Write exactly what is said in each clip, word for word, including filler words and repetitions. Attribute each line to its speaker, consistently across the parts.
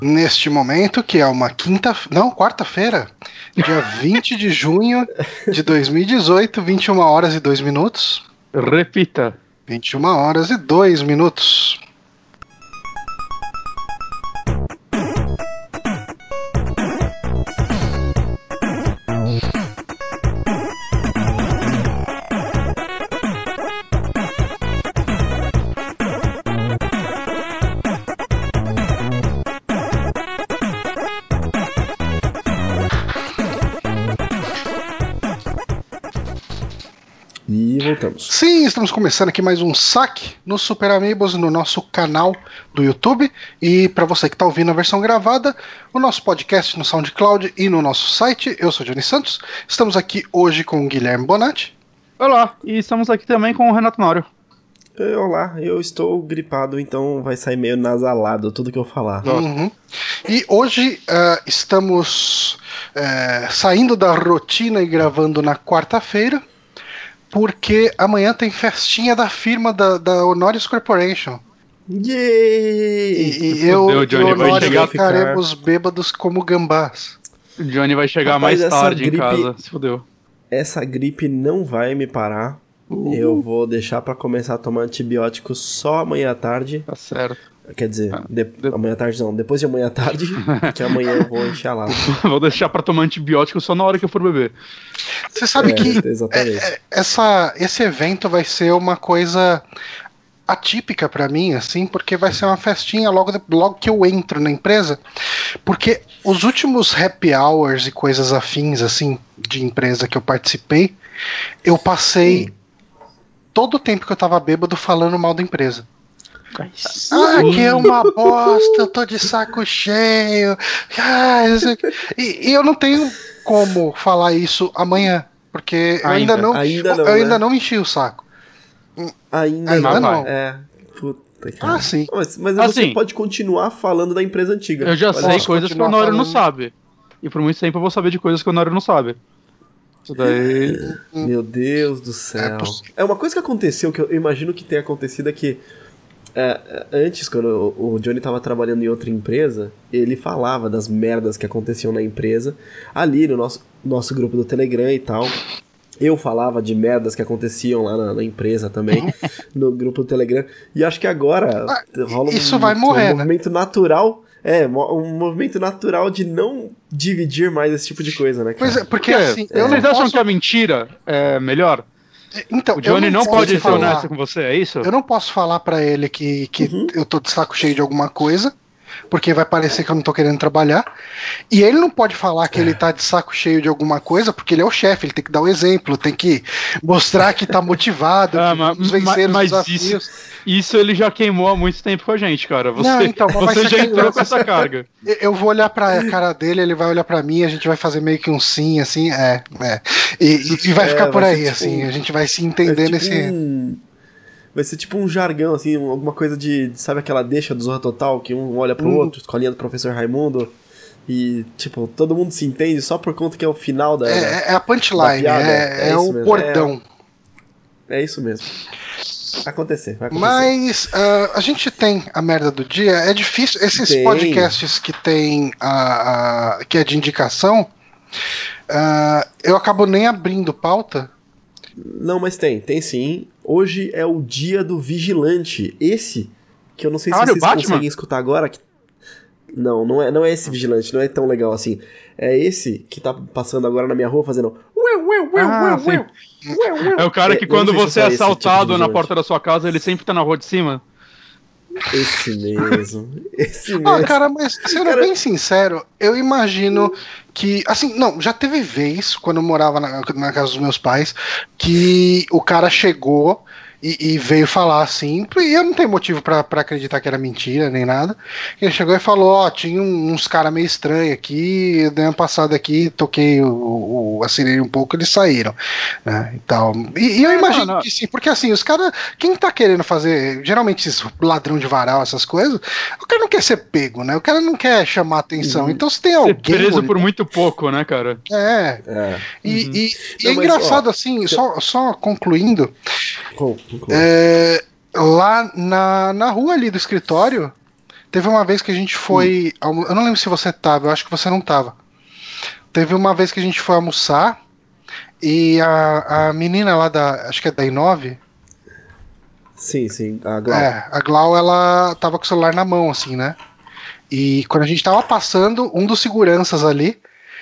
Speaker 1: neste momento, que é uma quinta, não, quarta-feira, dia vinte de junho de dois mil e dezoito, vinte e uma horas e dois minutos.
Speaker 2: Repita.
Speaker 1: vinte e uma horas e dois minutos.
Speaker 3: E voltamos.
Speaker 1: Sim, estamos começando aqui mais um saque no Super Amigos no nosso canal do YouTube. E para você que está ouvindo a versão gravada, o nosso podcast no SoundCloud e no nosso site. Eu sou Johnny Santos. Estamos aqui hoje com o Guilherme Bonatti.
Speaker 2: Olá, e estamos aqui também com o Renato Nório.
Speaker 3: Olá, eu estou gripado, então vai sair meio nasalado tudo que eu falar.
Speaker 1: Uhum. E hoje uh, estamos uh, saindo da rotina e gravando na quarta-feira, porque amanhã tem festinha da firma da, da Honorius Corporation.
Speaker 3: Yay!
Speaker 1: E, e eu e o Honorius ficaremos ficar... bêbados como gambás.
Speaker 2: O Johnny vai chegar Rapaz, mais tarde gripe, em casa, se fudeu.
Speaker 3: Essa gripe não vai me parar. Uh. Eu vou deixar pra começar a tomar antibiótico só amanhã à tarde.
Speaker 2: Tá certo.
Speaker 3: Quer dizer, ah, de... De... amanhã à tarde não, depois de amanhã à tarde, que amanhã eu vou encher lá.
Speaker 2: Vou deixar pra tomar antibiótico só na hora que eu for beber.
Speaker 1: Você sabe
Speaker 3: é,
Speaker 1: que
Speaker 3: é,
Speaker 1: essa, esse evento vai ser uma coisa atípica pra mim, assim, porque vai ser uma festinha logo, de, logo que eu entro na empresa, porque os últimos happy hours e coisas afins, assim, de empresa que eu participei, eu passei hum. todo o tempo que eu tava bêbado falando mal da empresa. Ah, que é uma bosta, eu tô de saco cheio. Ah, e, e eu não tenho como falar isso amanhã, porque ainda, eu ainda não,
Speaker 3: ainda não,
Speaker 1: eu ainda
Speaker 3: né?
Speaker 1: não enchi o saco.
Speaker 3: Ainda,
Speaker 1: ainda
Speaker 3: não.
Speaker 1: não.
Speaker 3: É. Puta, cara.
Speaker 1: Ah, sim.
Speaker 3: Mas, mas
Speaker 2: assim,
Speaker 3: você pode continuar falando da empresa antiga.
Speaker 2: Eu já
Speaker 3: pode
Speaker 2: sei coisas que o Nório não sabe. E por muito tempo eu vou saber de coisas que o Nório não sabe. Isso daí.
Speaker 3: Meu Deus do céu. É, é uma coisa que aconteceu, que eu imagino que tenha acontecido é que É, antes, quando o Johnny estava trabalhando em outra empresa, ele falava das merdas que aconteciam na empresa, ali no nosso, nosso grupo do Telegram e tal. Eu falava de merdas que aconteciam lá na, na empresa também, no grupo do Telegram. E acho que agora
Speaker 1: ah,
Speaker 3: rola
Speaker 1: isso
Speaker 3: um,
Speaker 1: vai morrer,
Speaker 3: um movimento
Speaker 1: né?
Speaker 3: natural. É, um movimento natural de não dividir mais esse tipo de coisa, né, cara?
Speaker 1: Pois é, porque assim,
Speaker 2: é.
Speaker 1: eu
Speaker 2: Vocês
Speaker 1: não
Speaker 2: acham
Speaker 1: posso...
Speaker 2: que a mentira é melhor?
Speaker 1: Então,
Speaker 2: o Johnny
Speaker 1: não,
Speaker 2: não pode ser
Speaker 1: falar,
Speaker 2: honesto com você, é isso?
Speaker 1: Eu não posso falar pra ele que, que uhum. eu tô de saco cheio de alguma coisa, porque vai parecer que eu não tô querendo trabalhar. E ele não pode falar que ele tá de saco cheio de alguma coisa, porque ele é o chefe, ele tem que dar o exemplo, tem que mostrar que tá motivado,
Speaker 2: ah,
Speaker 1: que
Speaker 2: mas,
Speaker 1: vamos vencer
Speaker 2: mas,
Speaker 1: os desafios.
Speaker 2: Isso, isso ele já queimou há muito tempo com a gente, cara. Você,
Speaker 1: não, então,
Speaker 2: você já entrou com essa carga.
Speaker 1: Eu vou olhar pra cara dele, ele vai olhar pra mim, a gente vai fazer meio que um sim, assim, é, é. E, e vai ficar é, por vai aí, tipo assim, um, a gente vai se entender tipo nesse...
Speaker 3: Um... Vai ser tipo um jargão, assim, alguma coisa de, sabe aquela deixa do Zorra Total, que um olha pro hum. outro, escolinha do professor Raimundo, e, tipo, todo mundo se entende só por conta que é o final da...
Speaker 1: É, é a punchline, é, é, é o mesmo. bordão.
Speaker 3: É, é isso mesmo. Vai acontecer, vai acontecer.
Speaker 1: Mas uh, a gente tem a merda do dia, é difícil, esses tem. podcasts que tem, a, a, que é de indicação, uh, eu acabo nem abrindo pauta.
Speaker 3: Não, mas tem, tem sim. Hoje é o dia do vigilante. Esse, que eu não sei se ah, vocês conseguem escutar agora. Que... Não, não é, não é esse vigilante, não é tão legal assim. É esse que tá passando agora na minha rua fazendo...
Speaker 2: Ah, é o cara que quando você é assaltado tipo na porta da sua casa, ele sempre tá na rua de cima.
Speaker 3: Esse mesmo. Esse mesmo.
Speaker 1: Ah, cara, mas sendo cara... bem sincero, eu imagino que, assim, não, já teve vez, quando eu morava na, na casa dos meus pais, que o cara chegou e, e veio falar assim, e eu não tenho motivo pra, pra acreditar que era mentira, nem nada. Ele chegou e falou, ó, oh, tinha uns caras meio estranhos aqui, eu dei uma passada aqui, toquei, o, o, assinei um pouco, eles saíram, né, e tal. E, e eu imagino não, não. que sim, porque assim, os caras, quem tá querendo fazer, geralmente esses ladrão de varal, essas coisas, o cara não quer ser pego, né, o cara não quer chamar atenção, uhum. Então se tem alguém...
Speaker 2: Ser preso por muito pouco, né, cara?
Speaker 1: É, é. E, uhum. e, e não, é engraçado, mas, ó, assim, só, só concluindo...
Speaker 3: Com...
Speaker 1: É, lá na, na rua ali do escritório Teve uma vez que a gente foi. Hum. Eu não lembro se você tava, eu acho que você não tava. Teve uma vez que a gente foi almoçar e a, a menina lá da. Acho que é da I nove.
Speaker 3: Sim, sim, a Glau.
Speaker 1: É, a Glau, ela tava com o celular na mão, assim, né? E quando a gente tava passando, um dos seguranças ali,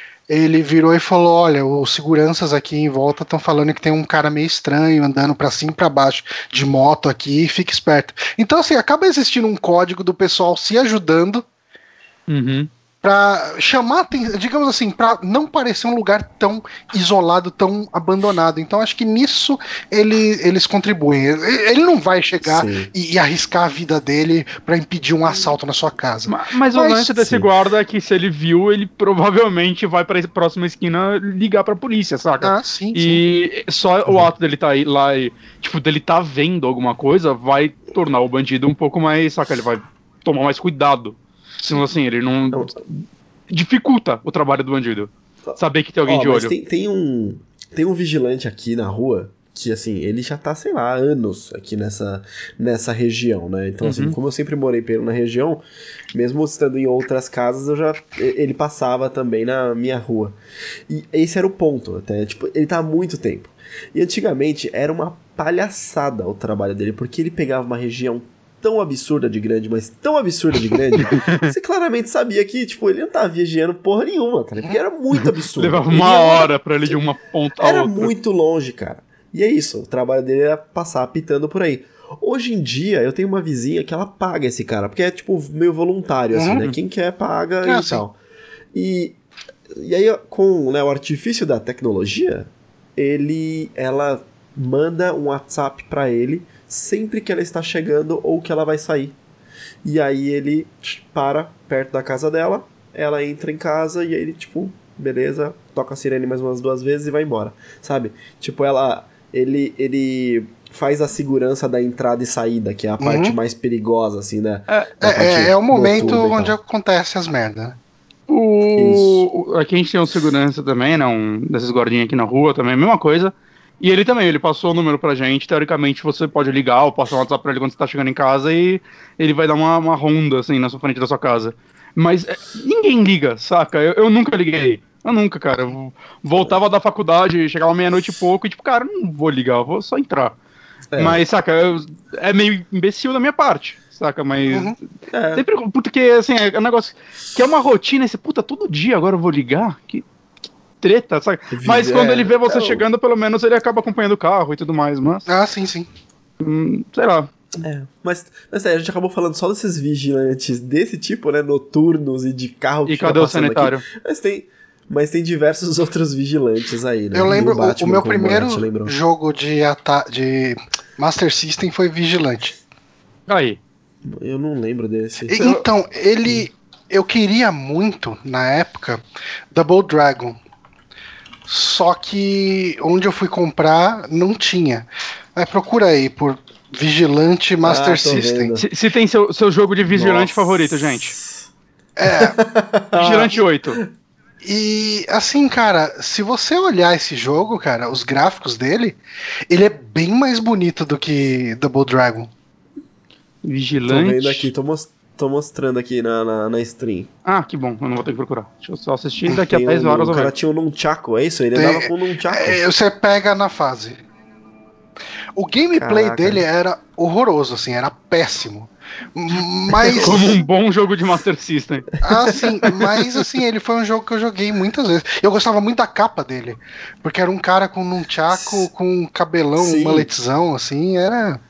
Speaker 1: ele virou e falou: olha, os seguranças aqui em volta estão falando que tem um cara meio estranho andando pra cima e pra baixo de moto aqui, fique esperto. Então, assim, acaba existindo um código do pessoal se ajudando.
Speaker 2: Uhum.
Speaker 1: Pra chamar, digamos assim, pra não parecer um lugar tão isolado, tão abandonado. Então acho que nisso ele, eles contribuem. Ele não vai chegar e, e arriscar a vida dele pra impedir um assalto na sua casa.
Speaker 2: Mas, mas o lance desse guarda é que se ele viu, ele provavelmente vai pra próxima esquina ligar pra polícia, saca?
Speaker 1: Ah, sim,
Speaker 2: e sim. Só uhum. o ato dele tá aí, lá e, tipo, dele tá vendo alguma coisa vai tornar o bandido um pouco mais, saca? Ele vai tomar mais cuidado. Senão, assim, ele não, não dificulta o trabalho do bandido. Saber que tem alguém oh, de olho.
Speaker 3: Tem, tem, um, tem um vigilante aqui na rua que, assim, ele já tá, sei lá, há anos aqui nessa, nessa região, né? Então, uhum. assim, como eu sempre morei na região, mesmo estando em outras casas, eu já, ele passava também na minha rua. E esse era o ponto, até, tipo, ele tá há muito tempo. E antigamente era uma palhaçada o trabalho dele, porque ele pegava uma região tão absurda de grande, mas tão absurda de grande, você claramente sabia que, tipo, ele não tava viajando porra nenhuma, cara, porque era muito absurdo.
Speaker 2: Levava uma ele hora era, pra ele de uma ponta a
Speaker 3: era
Speaker 2: outra.
Speaker 3: Era muito longe, cara. E é isso, o trabalho dele era passar apitando por aí. Hoje em dia, eu tenho uma vizinha que ela paga esse cara, porque é, tipo, meio voluntário, assim, uhum. né? Quem quer, paga é, e sim. tal. E, e aí, com, né, o artifício da tecnologia, ele, ela manda um WhatsApp pra ele sempre que ela está chegando ou que ela vai sair. E aí ele para perto da casa dela, ela entra em casa e aí ele, tipo, beleza, toca a sirene mais umas duas vezes e vai embora, sabe? Tipo, ela, ele, ele faz a segurança da entrada e saída, que é a uhum. parte mais perigosa, assim, né?
Speaker 1: É, é, é o momento onde acontece as merdas.
Speaker 2: O... Aqui a gente tem um segurança também, né? Um desses guardinhas aqui na rua também, a mesma coisa. E ele também, ele passou o número pra gente, teoricamente você pode ligar ou passar um WhatsApp pra ele quando você tá chegando em casa e ele vai dar uma, uma ronda, assim, na sua frente da sua casa. Mas é, ninguém liga, saca? Eu, eu nunca liguei. Eu nunca, cara. Eu voltava da faculdade, chegava meia-noite e pouco e tipo, cara, não vou ligar, eu vou só entrar. É. Mas, saca, eu, é meio imbecil da minha parte, saca? Mas uhum. é. sempre, porque, assim, é um negócio que é uma rotina, esse puta, todo dia agora eu vou ligar? Que... treta, sabe? Mas quando é, ele vê você é, chegando, pelo menos ele acaba acompanhando o carro e tudo mais, mas...
Speaker 1: Ah, sim, sim.
Speaker 2: Hum, sei lá.
Speaker 3: É, mas, mas é, a gente acabou falando só desses vigilantes desse tipo, né, noturnos e de carro que
Speaker 2: E cadê o sanitário?
Speaker 3: Aqui. Mas tem, mas tem diversos outros vigilantes aí, né?
Speaker 1: Eu lembro, o, o meu primeiro o jogo de, de Master System foi Vigilante.
Speaker 2: Aí.
Speaker 3: Eu não lembro desse.
Speaker 1: E, então, ele... Eu queria muito, na época, Double Dragon. Só que onde eu fui comprar não tinha. Aí procura aí por Vigilante Master ah, System.
Speaker 2: Se, se tem seu, seu jogo de Vigilante Nossa. favorito, gente.
Speaker 1: É.
Speaker 2: Vigilante oito.
Speaker 1: E assim, cara, se você olhar esse jogo, cara, os gráficos dele, ele é bem mais bonito do que Double Dragon.
Speaker 2: Vigilante.
Speaker 3: Tô vendo aqui, tô mostrando. Tô mostrando aqui na, na, na stream.
Speaker 2: Ah, que bom, eu não vou ter que procurar. Deixa eu só assistir daqui a dez horas.
Speaker 3: O cara tinha um nunchaku, é isso? Ele Tem, andava com um nunchaku.
Speaker 1: É, você pega na fase. O gameplay Caraca. dele era horroroso, assim, era péssimo. Mas...
Speaker 2: Como um bom jogo de Master System.
Speaker 1: Ah, sim, mas assim, ele foi um jogo que eu joguei muitas vezes. Eu gostava muito da capa dele, porque era um cara com um nunchaku, com um cabelão, sim. um maletzão, assim, era...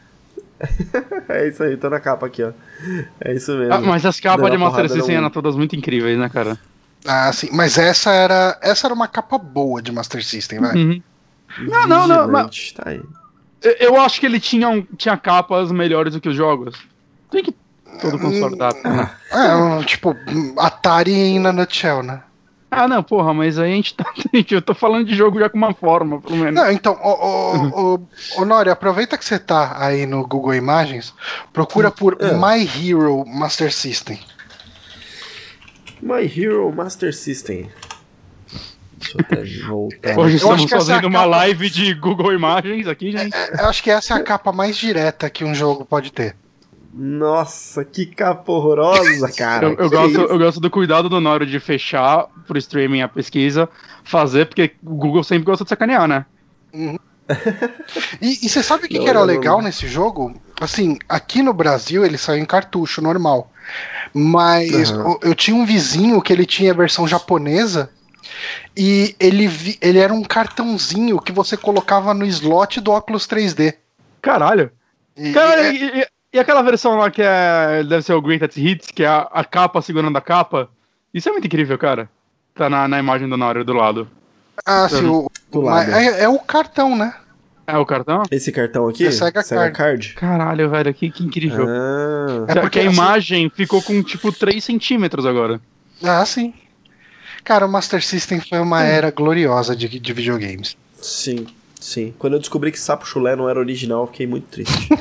Speaker 3: É isso aí, tô na capa aqui, ó. É isso mesmo.
Speaker 2: Ah, mas as capas de Master System eram todas muito incríveis, né, cara?
Speaker 1: Ah, sim, mas essa era essa era uma capa boa de Master System, vai.
Speaker 2: Uhum. Não, não, não, mas... tá aí. Eu acho que ele tinha, um, tinha capas melhores do que os jogos. Tem que todo concordar.
Speaker 1: É, tipo, Atari in a nutshell, né?
Speaker 2: Ah, não, porra, mas aí a gente tá. Eu tô falando de jogo já com uma forma, pelo menos.
Speaker 1: Não, então, ô, ô, ô, ô Nori, aproveita que você tá aí no Google Imagens, procura por é. My Hero Master System.
Speaker 3: My Hero Master System. Deixa eu até voltar.
Speaker 2: Hoje estamos fazendo é uma capa... live de Google Imagens aqui, gente.
Speaker 1: É, eu acho que essa é a capa mais direta que um jogo pode ter.
Speaker 3: Nossa, que capa horrorosa, cara.
Speaker 2: eu, eu, gosto, eu gosto do cuidado do Nório de fechar pro streaming a pesquisa, fazer, porque o Google sempre gosta de sacanear, né?
Speaker 1: Uhum. E, e você sabe o que,
Speaker 3: não,
Speaker 1: que era
Speaker 3: não,
Speaker 1: legal
Speaker 3: não.
Speaker 1: nesse jogo? Assim, aqui no Brasil ele saiu em cartucho normal. Mas
Speaker 3: Uhum.
Speaker 1: eu, eu tinha um vizinho que ele tinha a versão japonesa. E ele, vi, ele era um cartãozinho que você colocava no slot do óculos três D.
Speaker 2: Caralho.
Speaker 1: E,
Speaker 2: Cara,
Speaker 1: é,
Speaker 2: e, e, e aquela versão lá que é, deve ser o Greatest Hits, que é a, a capa segurando a capa. Isso é muito incrível, cara. Tá na, na imagem do Nório do lado.
Speaker 1: ah, sim, o,
Speaker 3: Do
Speaker 1: mas
Speaker 3: lado.
Speaker 1: é, é o cartão, né?
Speaker 2: É o cartão?
Speaker 3: Esse cartão aqui?
Speaker 1: É Sega Card.
Speaker 3: Card.
Speaker 2: Caralho, velho, que, que incrível.
Speaker 3: Ah,
Speaker 1: É
Speaker 2: Que-
Speaker 1: porque
Speaker 2: que a
Speaker 1: assim-
Speaker 2: imagem ficou com tipo três centímetros agora.
Speaker 1: Ah, sim. Cara, o Master System foi uma era gloriosa de, de videogames.
Speaker 3: sim, sim. Quando eu descobri que Sapo Chulé não era original, eu fiquei muito triste.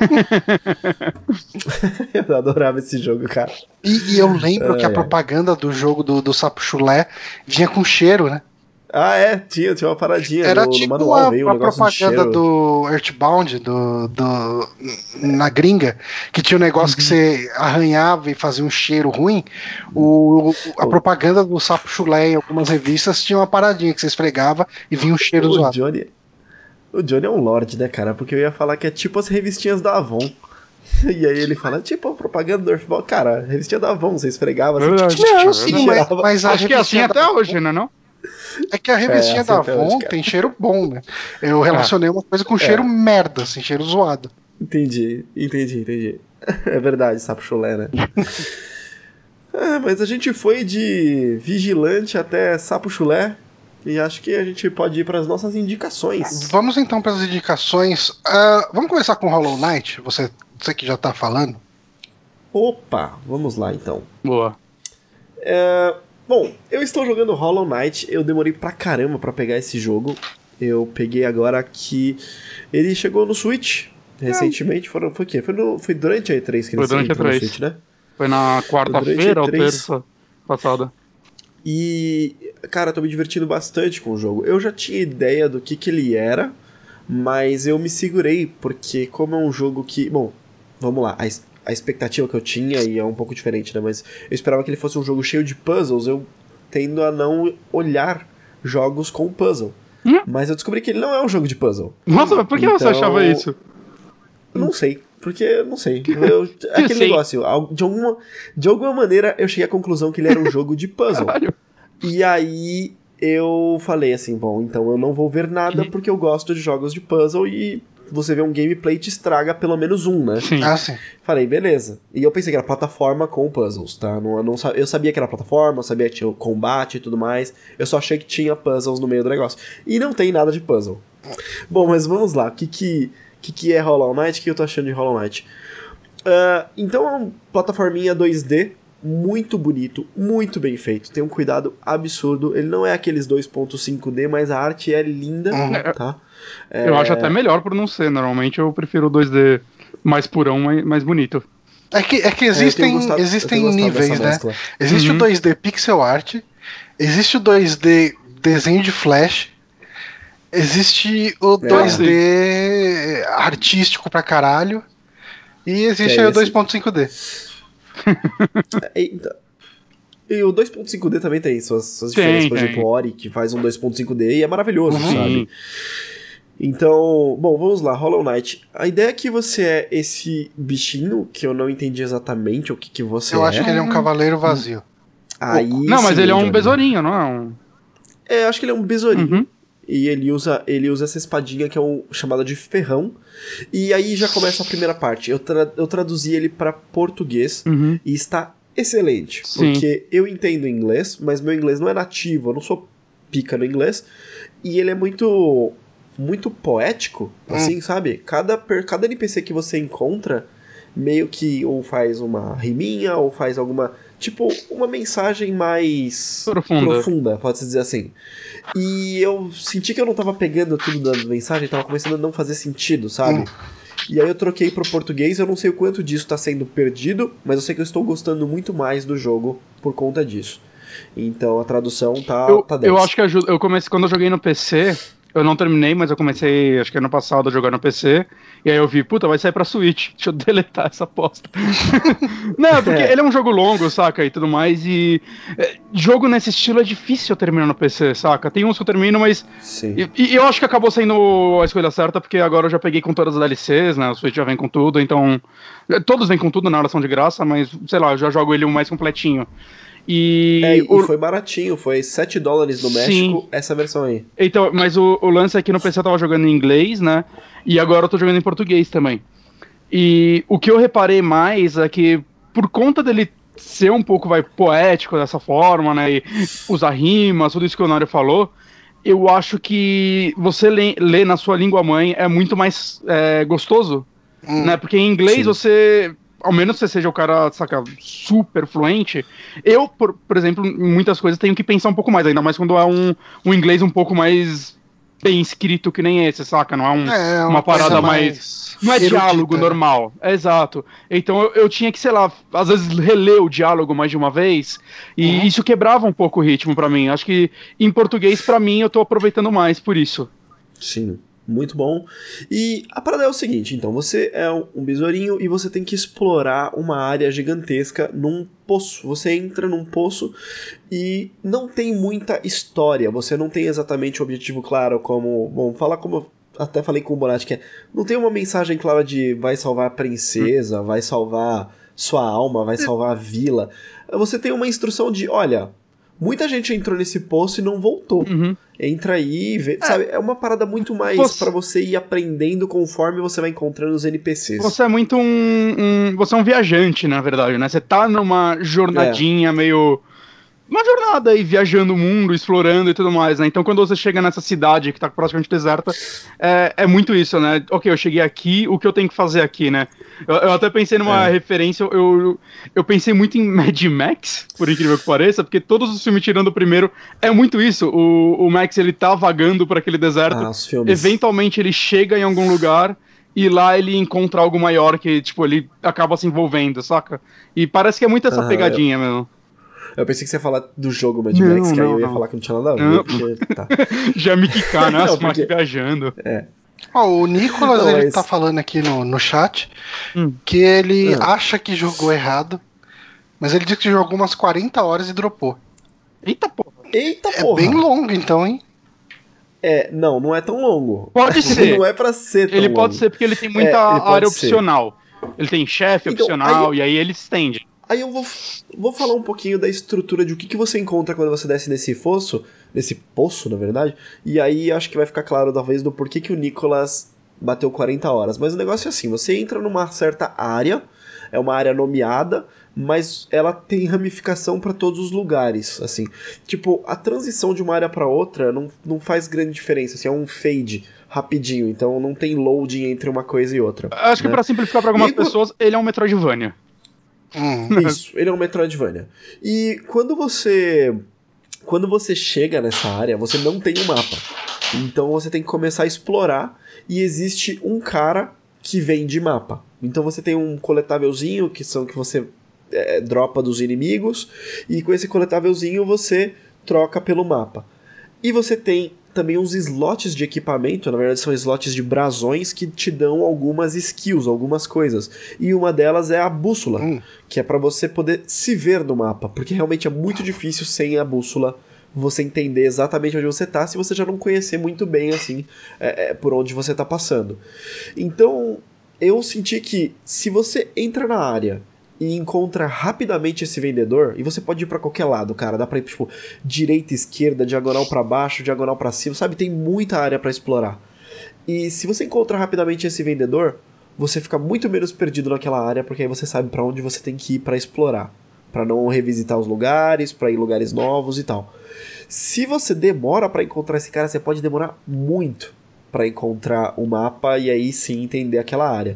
Speaker 3: Eu adorava esse jogo, cara.
Speaker 1: E, e eu lembro
Speaker 3: Ai,
Speaker 1: que a
Speaker 3: ai.
Speaker 1: propaganda do jogo do, do Sapo Chulé vinha com cheiro, né?
Speaker 3: Ah, é, tinha, tinha uma paradinha
Speaker 1: Era
Speaker 3: no, no
Speaker 1: tipo
Speaker 3: manual,
Speaker 1: a,
Speaker 3: veio um
Speaker 1: a
Speaker 3: negócio de
Speaker 1: propaganda
Speaker 3: cheiro.
Speaker 1: do Earthbound, do, do, na gringa, que tinha um negócio que você arranhava e fazia um cheiro ruim. O, a
Speaker 3: O-
Speaker 1: propaganda do Sapo Chulé em algumas revistas tinha uma paradinha que você esfregava e vinha um cheiro
Speaker 3: O
Speaker 1: zoado.
Speaker 3: Johnny, o Johnny é um lorde, né, cara? Porque eu ia falar que é tipo as revistinhas da Avon. E aí ele fala, tipo a propaganda do Earthbound. Cara, revistinha da Avon, você esfregava assim,
Speaker 2: Verdade.
Speaker 3: tch, tch,
Speaker 1: Não,
Speaker 3: tch,
Speaker 1: sim,
Speaker 3: tch,
Speaker 1: mas,
Speaker 3: cheirava.
Speaker 1: mas a
Speaker 2: Acho que é assim
Speaker 1: revistinha
Speaker 2: até
Speaker 1: da-
Speaker 2: hoje, né? Não?
Speaker 1: É que a revistinha
Speaker 3: É, assim
Speaker 1: da
Speaker 3: até hoje,
Speaker 1: Avon
Speaker 3: cara.
Speaker 1: tem cheiro bom, né? Eu relacionei uma coisa com cheiro merda, assim, cheiro zoado.
Speaker 3: Entendi, entendi, entendi. É verdade, Sapo Chulé, né? Ah, mas a gente foi de vigilante até Sapo Chulé e acho que a gente pode ir para as nossas indicações.
Speaker 1: Vamos então para as indicações. Ah, vamos começar com Hollow Knight, você, você que já tá falando.
Speaker 3: Opa, vamos lá então.
Speaker 2: Boa.
Speaker 3: É, bom, eu estou jogando Hollow Knight, eu demorei pra caramba pra pegar esse jogo. Eu peguei agora que ele chegou no Switch recentemente. Foram, foi o quê? Foi, no, foi durante a E três que ele
Speaker 2: Foi durante a
Speaker 3: entrou no
Speaker 2: E três.
Speaker 3: Switch, né?
Speaker 2: Foi na quarta-feira ou
Speaker 3: Durante três.
Speaker 2: terça passada.
Speaker 3: E, cara, tô me divertindo bastante com o jogo. Eu já tinha ideia do que, que ele era, mas eu me segurei, porque como é um jogo que... Bom, vamos lá, a, es- a expectativa que eu tinha, e é um pouco diferente, né? Mas eu esperava que ele fosse um jogo cheio de puzzles, eu tendo a não olhar jogos com puzzle.
Speaker 2: Hum?
Speaker 3: Mas eu descobri que ele não é um jogo de puzzle.
Speaker 2: Nossa, mas por que você
Speaker 3: Então,
Speaker 2: achava isso?
Speaker 3: Não sei, porque não sei. Eu, aquele
Speaker 2: sei.
Speaker 3: negócio, al- de alguma, de alguma maneira eu cheguei à conclusão que ele era um jogo de puzzle.
Speaker 2: Caralho.
Speaker 3: E aí eu falei assim, bom, então eu não vou ver nada
Speaker 2: Uhum.
Speaker 3: porque eu gosto de jogos de puzzle e você vê um gameplay te estraga pelo menos um, né?
Speaker 2: Sim.
Speaker 1: Ah, sim.
Speaker 3: Falei, beleza. E eu pensei que era plataforma com puzzles, tá? Não, eu, não, sa- eu sabia que era plataforma, eu sabia que tinha o combate e tudo mais. Eu só achei que tinha puzzles no meio do negócio. E não tem nada de puzzle. Bom, mas vamos lá. O que que, que, que é Hollow Knight? O que eu tô achando de Hollow Knight? Ah, então é uma plataforminha dois D, muito bonito, muito bem feito. Tem um cuidado absurdo. Ele não é aqueles dois ponto cinco D, mas a arte é linda,
Speaker 1: Uhum.
Speaker 3: tá?
Speaker 2: Eu acho até melhor por não ser. Normalmente eu prefiro o dois D mais purão, mais, mais bonito.
Speaker 1: É que, é que
Speaker 3: É, eu tenho
Speaker 1: existem,
Speaker 3: gostado- eu
Speaker 1: existem
Speaker 3: tenho gostado
Speaker 1: níveis,
Speaker 3: dessa
Speaker 1: né?
Speaker 3: mescla.
Speaker 1: Existe
Speaker 2: Uhum.
Speaker 1: o dois D pixel art, existe o dois D desenho de flash, existe o
Speaker 3: É.
Speaker 1: dois D artístico pra caralho, e existe
Speaker 3: Que é
Speaker 1: aí o
Speaker 3: esse?
Speaker 1: dois ponto cinco D.
Speaker 3: É, então, e o dois ponto cinco D também tem suas, suas
Speaker 2: Tem,
Speaker 3: diferenças. Por
Speaker 2: tem.
Speaker 3: exemplo, o Ori, que faz um dois ponto cinco D e é maravilhoso,
Speaker 1: Uhum.
Speaker 3: sabe? Então, bom, vamos lá, Hollow Knight. A ideia é que você é esse bichinho, que eu não entendi exatamente o que, que você
Speaker 1: Eu
Speaker 3: é.
Speaker 1: acho que ele é um cavaleiro vazio.
Speaker 3: Aí
Speaker 2: Não, mas
Speaker 3: sim,
Speaker 2: ele é um
Speaker 3: Johnny.
Speaker 2: besourinho, não é um.
Speaker 3: É, eu acho que ele é um besourinho.
Speaker 2: Uhum.
Speaker 3: E ele usa, ele usa essa espadinha que é um, chamada de ferrão. E aí já começa a primeira parte. Eu, tra- eu traduzi ele para português
Speaker 2: Uhum.
Speaker 3: e está excelente.
Speaker 2: Sim.
Speaker 3: Porque eu entendo inglês, mas meu inglês não é nativo, eu não sou pica no inglês. E ele é muito muito poético, assim, sabe? Cada, per- cada N P C que você encontra meio que ou faz uma riminha ou faz alguma, tipo, uma mensagem mais
Speaker 2: Profunda.
Speaker 3: profunda, pode-se dizer assim. E eu senti que eu não tava pegando tudo da mensagem, tava começando a não fazer sentido, sabe?
Speaker 1: Hum.
Speaker 3: E aí eu troquei pro português, eu não sei o quanto disso tá sendo perdido, mas eu sei que eu estou gostando muito mais do jogo por conta disso. Então a tradução tá,
Speaker 2: Eu,
Speaker 3: tá dez.
Speaker 2: eu acho que ajuda. Eu comecei quando eu joguei no P C, Eu não terminei, mas eu comecei, acho que ano passado, a jogar no P C. E aí eu vi, puta, vai sair pra Switch. Deixa eu deletar essa aposta. Não, porque é. ele é um jogo longo, saca? E tudo mais. E é, jogo nesse estilo é difícil eu terminar no P C, saca? Tem uns que eu termino, mas.
Speaker 3: Sim.
Speaker 2: E, e eu acho que acabou sendo a escolha certa, porque agora eu já peguei com todas as D L Cs, né? O Switch já vem com tudo, então. Todos vêm com tudo, na hora são de graça, mas, sei lá, eu já jogo ele o mais completinho. E,
Speaker 3: é,
Speaker 2: o...
Speaker 3: e foi baratinho, foi sete dólares no México, sim, essa versão aí.
Speaker 2: Então, mas o, o lance é que no P C eu tava jogando em inglês, né? E agora eu tô jogando em português também. E o que eu reparei mais é que, por conta dele ser um pouco, vai, poético dessa forma, né? E usar rimas, tudo isso que o Nário falou, eu acho que você lê, lê na sua língua mãe é muito mais é, gostoso, hum, né? Porque em inglês sim, você... Ao menos você seja o cara, saca, super fluente. Eu, por, por exemplo, em muitas coisas tenho que pensar um pouco mais, ainda mais quando é um, um inglês um pouco mais bem escrito que nem esse, saca? Não é, um, é uma, uma parada mais... mais... Não é erudita, diálogo normal, é exato. Então eu, eu tinha que, sei lá, às vezes reler o diálogo mais de uma vez, e uhum, isso quebrava um pouco o ritmo pra mim. Acho que em português, pra mim, eu tô aproveitando mais por isso.
Speaker 3: Sim. Muito bom. E a parada é o seguinte, então, você é um besourinho e você tem que explorar uma área gigantesca num poço. Você entra num poço e não tem muita história, você não tem exatamente o objetivo claro como... Bom, fala como eu até falei com o Bonatti, que é, não tem uma mensagem clara de vai salvar a princesa, vai salvar sua alma, vai salvar a vila. Você tem uma instrução de, olha... Muita gente entrou nesse poço e não voltou. Uhum. Entra aí e vê, é. Sabe? É uma parada muito mais você... pra você ir aprendendo conforme você vai encontrando os N P Cs.
Speaker 2: Você é muito um, um... Você é um viajante, na verdade, né? Você tá numa jornadinha é. meio... Uma jornada aí, viajando o mundo, explorando e tudo mais, né? Então quando você chega nessa cidade que tá praticamente deserta, é, é muito isso, né? Ok, eu cheguei aqui, o que eu tenho que fazer aqui, né? Eu, eu até pensei numa é. referência, eu, eu pensei muito em Mad Max, por incrível que pareça, porque todos os filmes tirando o primeiro, é muito isso. O, o Max, ele tá vagando por aquele deserto, ah, os filmes. Eventualmente ele chega em algum lugar... E lá ele encontra algo maior que, tipo, ele acaba se envolvendo, saca? E parece que é muito essa ah, pegadinha eu... mesmo.
Speaker 3: Eu pensei que você ia falar do jogo Mad Max, não, que aí eu ia não. falar que não tinha nada a ver. Porque, tá.
Speaker 2: Já me quicar, né? As porque... viajando.
Speaker 3: É.
Speaker 1: Oh, o Nicolas, não, ele mas... tá falando aqui no, no chat hum. que ele hum. acha que jogou errado, mas ele disse que jogou umas quarenta horas e dropou.
Speaker 2: Eita porra.
Speaker 3: Eita
Speaker 1: é
Speaker 3: porra.
Speaker 1: É bem longo então, hein?
Speaker 3: É, não, não é tão longo.
Speaker 2: Pode ser.
Speaker 3: Não é pra ser tão
Speaker 2: Ele
Speaker 3: longo.
Speaker 2: pode ser porque ele tem muita é, ele área opcional. Ele tem chefe então, opcional aí... e aí ele estende.
Speaker 3: Aí eu vou, vou falar um pouquinho da estrutura de o que, que você encontra quando você desce nesse fosso, nesse poço, na verdade, e aí acho que vai ficar claro, talvez, do porquê que o Nicolas bateu quarenta horas. Mas o negócio é assim, você entra numa certa área, é uma área nomeada, mas ela tem ramificação para todos os lugares, assim. Tipo, a transição de uma área para outra não, não faz grande diferença, assim, é um fade rapidinho, então não tem loading entre uma coisa e outra.
Speaker 2: Acho né? que para simplificar para algumas
Speaker 3: aí,
Speaker 2: pessoas, ele é um Metroidvania.
Speaker 3: Hum. Isso, ele é um Metroidvania. E quando você quando você chega nessa área, você não tem um mapa. Então você tem que começar a explorar e existe um cara que vende mapa. Então você tem um coletávelzinho que são que você é, dropa dos inimigos e com esse coletávelzinho você troca pelo mapa. E você tem também uns slots de equipamento, na verdade são slots de brasões que te dão algumas skills, algumas coisas. E uma delas é a bússola, hum. que é para você poder se ver no mapa, porque realmente é muito difícil sem a bússola você entender exatamente onde você tá, se você já não conhecer muito bem assim é, é, por onde você tá passando. Então eu senti que se você entra na área e encontra rapidamente esse vendedor, e você pode ir pra qualquer lado, cara, dá pra ir, tipo, direita, esquerda, diagonal pra baixo, diagonal pra cima, sabe, tem muita área pra explorar. E se você encontra rapidamente esse vendedor, você fica muito menos perdido naquela área, porque aí você sabe pra onde você tem que ir pra explorar, pra não revisitar os lugares, pra ir em lugares novos e tal. Se você demora pra encontrar esse cara, você pode demorar muito pra encontrar o mapa e aí sim entender aquela área.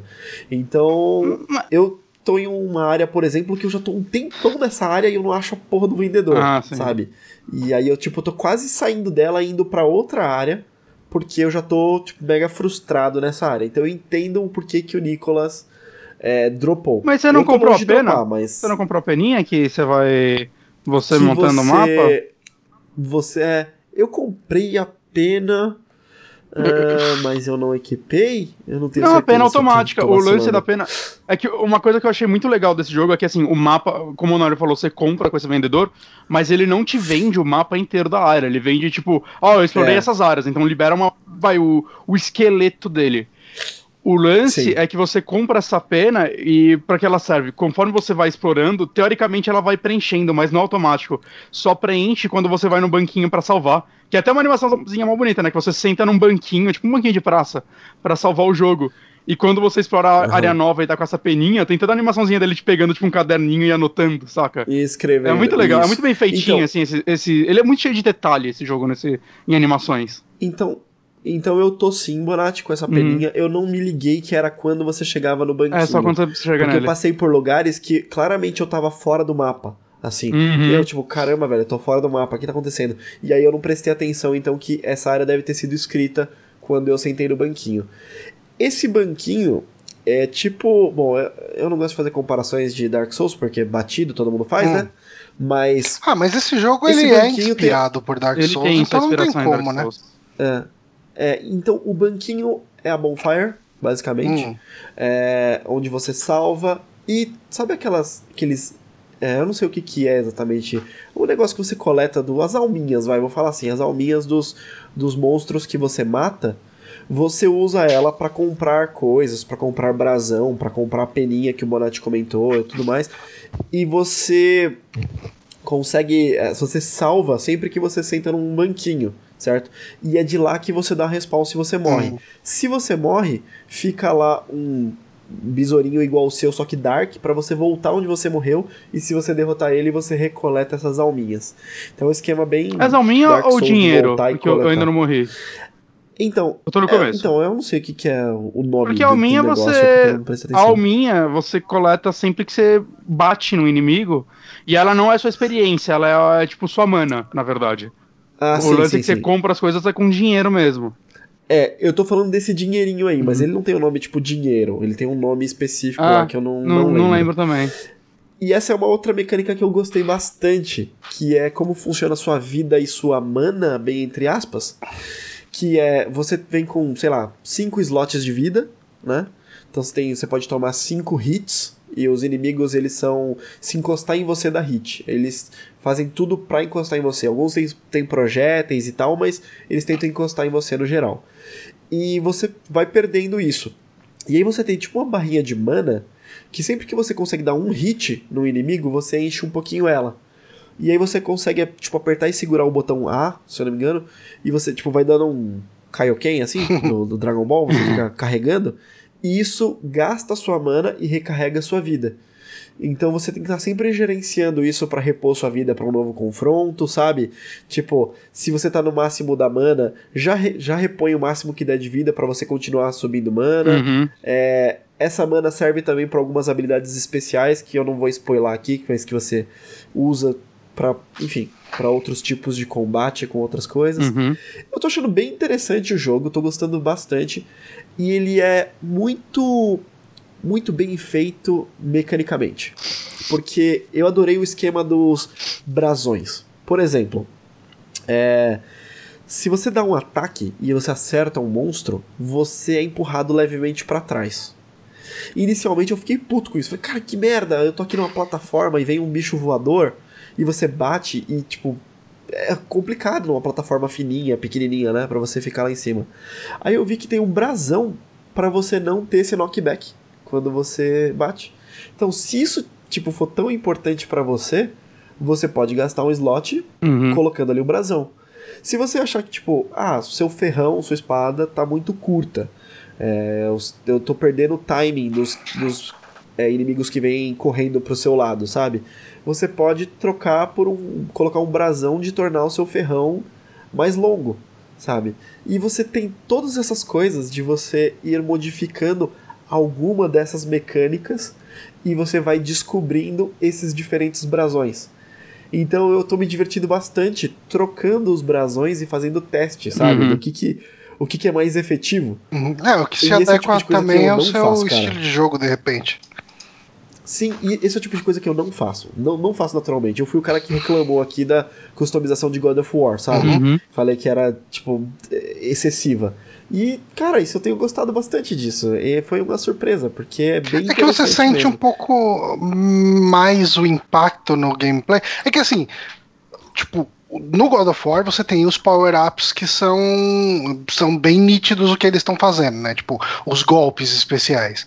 Speaker 3: Então, eu tô em uma área, por exemplo, que eu já tô um tempão nessa área e eu não acho a porra do vendedor, ah, sabe? E aí eu, tipo, tô quase saindo dela e indo pra outra área, porque eu já tô, tipo, mega frustrado nessa área. Então eu entendo o porquê que o Nicolas é, dropou.
Speaker 2: Mas você não eu comprou a pena? Dropar, mas... Você não comprou a peninha que você vai... Você que montando o mapa?
Speaker 3: Você é... Eu comprei a pena... Ah, mas eu não equipei? Eu não tenho
Speaker 2: Não,
Speaker 3: certeza.
Speaker 2: a pena automática. O lance da pena. É que uma coisa que eu achei muito legal desse jogo é que, assim, o mapa, como o Honório falou, você compra com esse vendedor, mas ele não te vende o mapa inteiro da área. Ele vende, tipo, ó, oh, eu explorei é. essas áreas, então libera uma. Vai, o, o esqueleto dele. O lance Sim. é que você compra essa pena e pra que ela serve? Conforme você vai explorando, teoricamente ela vai preenchendo, mas não automático. Só preenche quando você vai no banquinho pra salvar. Que é até uma animaçãozinha mal bonita, né? Que você senta num banquinho, tipo um banquinho de praça, pra salvar o jogo. E quando você explora a uhum. área nova e tá com essa peninha, tem toda a animaçãozinha dele te pegando, tipo um caderninho e anotando, saca?
Speaker 3: E escrevendo.
Speaker 2: É muito legal,
Speaker 3: isso.
Speaker 2: é muito bem feitinho, então, assim, esse, esse... Ele é muito cheio de detalhe, esse jogo, nesse, em animações.
Speaker 3: Então... Então eu tô sim, Bonatti, com essa peninha. Uhum. Eu não me liguei que era quando você chegava no banquinho.
Speaker 2: É, só quando você chega
Speaker 3: Porque
Speaker 2: nele.
Speaker 3: eu passei por lugares que claramente eu tava fora do mapa. Assim.
Speaker 2: Uhum.
Speaker 3: E eu, tipo, caramba, velho, eu tô fora do mapa, o que tá acontecendo? E aí eu não prestei atenção, então, que essa área deve ter sido escrita quando eu sentei no banquinho. Esse banquinho é tipo... Bom, eu não gosto de fazer comparações de Dark Souls, porque batido todo mundo faz, hum. né? Mas...
Speaker 1: Ah, mas esse jogo esse ele é inspirado tem... por Dark
Speaker 2: ele
Speaker 1: Souls,
Speaker 2: tem
Speaker 1: então não tem como,
Speaker 2: né?
Speaker 3: É. É, então o banquinho é a bonfire, basicamente, hum. é, onde você salva e sabe aquelas aqueles é, eu não sei o que que é exatamente o negócio que você coleta do as alminhas, vai, vou falar assim, as alminhas dos, dos monstros que você mata, você usa ela para comprar coisas, para comprar brasão, para comprar a peninha que o Bonatti comentou e tudo mais, e você consegue, você salva sempre que você senta num banquinho, certo? E é de lá que você dá a respawn se você morre. Uhum. Se você morre, fica lá um besourinho igual o seu, só que dark, pra você voltar onde você morreu, e se você derrotar ele, você recoleta essas alminhas. Então é um esquema bem...
Speaker 2: As alminhas ou dinheiro? Porque eu ainda não morri.
Speaker 3: Então,
Speaker 2: eu tô no começo.
Speaker 3: É, então, eu não sei o que, que é o nome
Speaker 2: porque do, a alminha
Speaker 3: do negócio,
Speaker 2: você... A alminha você coleta sempre que você bate no inimigo, e ela não é sua experiência, ela é, é tipo sua mana, na verdade.
Speaker 3: Ah,
Speaker 2: o
Speaker 3: sim,
Speaker 2: lance
Speaker 3: sim,
Speaker 2: é que
Speaker 3: sim.
Speaker 2: você compra as coisas é com dinheiro mesmo.
Speaker 3: É, eu tô falando desse dinheirinho aí, uhum. mas ele não tem o um nome tipo dinheiro, ele tem um nome específico
Speaker 2: ah,
Speaker 3: lá que eu não,
Speaker 2: não,
Speaker 3: não lembro.
Speaker 2: Não lembro também.
Speaker 3: E essa é uma outra mecânica que eu gostei bastante, que é como funciona a sua vida e sua mana, bem entre aspas, que é, você vem com, sei lá, cinco slots de vida, né? Então você, tem, você pode tomar cinco hits, e os inimigos, eles são... Se encostar em você dá hit. Eles fazem tudo pra encostar em você. Alguns têm, têm projéteis e tal, mas eles tentam encostar em você no geral. E você vai perdendo isso. E aí você tem tipo uma barrinha de mana, que sempre que você consegue dar um hit no inimigo, você enche um pouquinho ela. E aí você consegue tipo, apertar e segurar o botão A, se eu não me engano, e você tipo, vai dando um Kaioken, assim, do, do Dragon Ball, você fica carregando, e isso gasta a sua mana e recarrega a sua vida. Então você tem que estar sempre gerenciando isso para repor sua vida para um novo confronto, sabe? Tipo, se você tá no máximo da mana, já, re, já repõe o máximo que der de vida para você continuar subindo mana.
Speaker 2: Uhum.
Speaker 3: É, essa mana serve também para algumas habilidades especiais que eu não vou spoiler aqui, mas que você usa para, enfim, para outros tipos de combate com outras coisas.
Speaker 2: Uhum.
Speaker 3: Eu tô achando bem interessante o jogo, tô gostando bastante. E ele é muito... muito bem feito mecanicamente, porque eu adorei o esquema dos brasões. Por exemplo, é, se você dá um ataque e você acerta um monstro, você é empurrado levemente para trás. Inicialmente eu fiquei puto com isso, falei, cara, que merda, eu tô aqui numa plataforma e vem um bicho voador e você bate e tipo... é complicado numa plataforma fininha, pequenininha, né, pra você ficar lá em cima. Aí eu vi que tem um brasão pra você não ter esse knockback quando você bate. Então, se isso tipo for tão importante pra você, você pode gastar um slot
Speaker 2: uhum.
Speaker 3: colocando ali o brasão. Se você achar que tipo, ah, seu ferrão, sua espada tá muito curta, é, eu tô perdendo o timing dos, dos é, inimigos que vêm correndo pro seu lado, sabe? Você pode trocar por um, colocar um brasão de tornar o seu ferrão mais longo, sabe? E você tem todas essas coisas de você ir modificando alguma dessas mecânicas e você vai descobrindo esses diferentes brasões. Então eu tô me divertindo bastante trocando os brasões e fazendo teste, sabe?
Speaker 2: Uhum.
Speaker 3: Do que que, o que que é mais efetivo.
Speaker 1: Uhum. É, o que se adequa tipo também é o seu faço, estilo de jogo, de repente.
Speaker 3: Sim, e esse é o tipo de coisa que eu não faço. Não, não faço naturalmente. Eu fui o cara que reclamou aqui da customização de God of War, sabe?
Speaker 2: Uhum.
Speaker 3: Falei que era, tipo... excessiva. E, cara, isso eu tenho gostado bastante disso. E foi uma surpresa, porque é bem
Speaker 1: É que você sente
Speaker 3: mesmo.
Speaker 1: um pouco mais o impacto no gameplay. É que assim, tipo, no God of War você tem os power-ups que são, são bem nítidos o que eles estão fazendo, né? Tipo, os golpes especiais.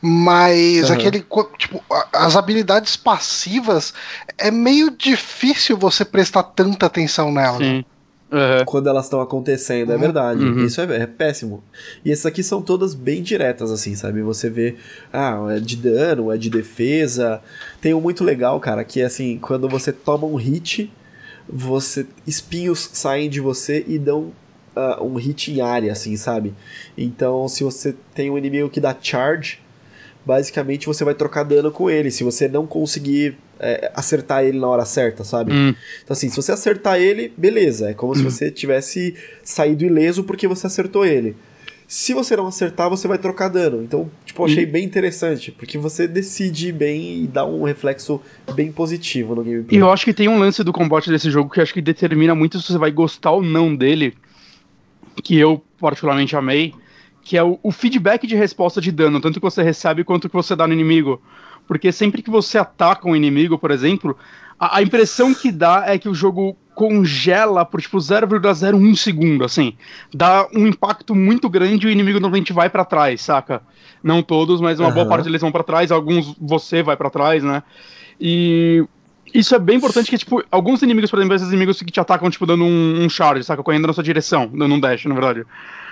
Speaker 1: Mas
Speaker 3: Uhum.
Speaker 1: aquele, tipo, as habilidades passivas é meio difícil você prestar tanta atenção nelas.
Speaker 2: Sim. Uhum.
Speaker 3: Quando elas estão acontecendo, é verdade.
Speaker 2: Uhum.
Speaker 3: Isso é, é péssimo. E essas aqui são todas bem diretas, assim, sabe? Você vê, ah, é de dano, é de defesa. Tem um muito legal, cara, que é assim, quando você toma um hit, você espinhos saem de você e dão uh, um hit em área, assim, sabe? Então, se você tem um inimigo que dá charge, basicamente você vai trocar dano com ele, se você não conseguir é, acertar ele na hora certa, sabe?
Speaker 2: Hum.
Speaker 3: Então assim, se você acertar ele, beleza, é como hum. se você tivesse saído ileso porque você acertou ele. Se você não acertar, você vai trocar dano. Então, tipo, eu achei hum. bem interessante, porque você decide bem e dá um reflexo bem positivo no gameplay.
Speaker 2: E eu acho que tem um lance do combate desse jogo que eu acho que determina muito se você vai gostar ou não dele, que eu particularmente amei, que é o, o feedback de resposta de dano, tanto que você recebe quanto que você dá no inimigo. Porque sempre que você ataca um inimigo, por exemplo, a, a impressão que dá é que o jogo congela por tipo zero vírgula zero um segundo, assim. Dá um impacto muito grande e o inimigo normalmente vai pra trás, saca? Não todos, mas uma uhum. boa parte deles vão pra trás, alguns você vai pra trás, né? E isso é bem importante, que tipo, alguns inimigos, por exemplo, esses inimigos que te atacam, tipo, dando um, um charge, saca? Correndo na sua direção, dando um dash, na verdade.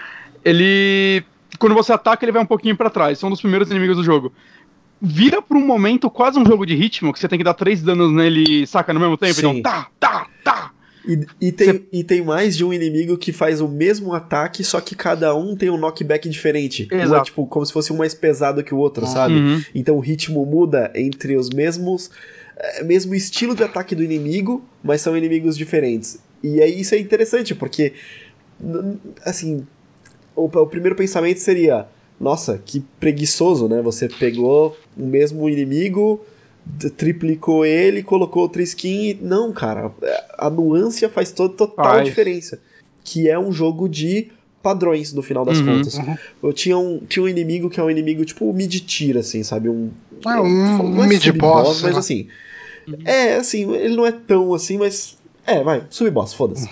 Speaker 2: Ele... Quando você ataca, ele vai um pouquinho pra trás. São um dos primeiros inimigos do jogo. Vira por um momento quase um jogo de ritmo, que você tem que dar três danos nele, saca, no mesmo tempo.
Speaker 3: Sim.
Speaker 2: Então, tá, tá, tá.
Speaker 3: E, e, tem, você... e tem mais de um inimigo que faz o mesmo ataque, só que cada um tem um knockback diferente.
Speaker 2: Exato.
Speaker 3: Um é, tipo, como se fosse um mais pesado que o outro, sabe?
Speaker 2: Uhum.
Speaker 3: Então o ritmo muda entre os mesmos... É, mesmo estilo de ataque do inimigo, mas são inimigos diferentes. E aí isso é interessante, porque... Assim... O, o primeiro pensamento seria... Nossa, que preguiçoso, né? Você pegou o mesmo inimigo, triplicou ele, colocou outra skin e... Não, cara, a nuance faz toda, total faz. diferença. Que é um jogo de padrões, no final das uhum, contas. Uhum. Eu tinha um, tinha um inimigo que é um inimigo tipo mid-tier, assim, sabe? Um,
Speaker 1: é um, um, um mid-boss,
Speaker 3: mas assim... Uhum. É, assim, ele não é tão assim, mas... É, vai, sub-boss, foda-se. Uhum.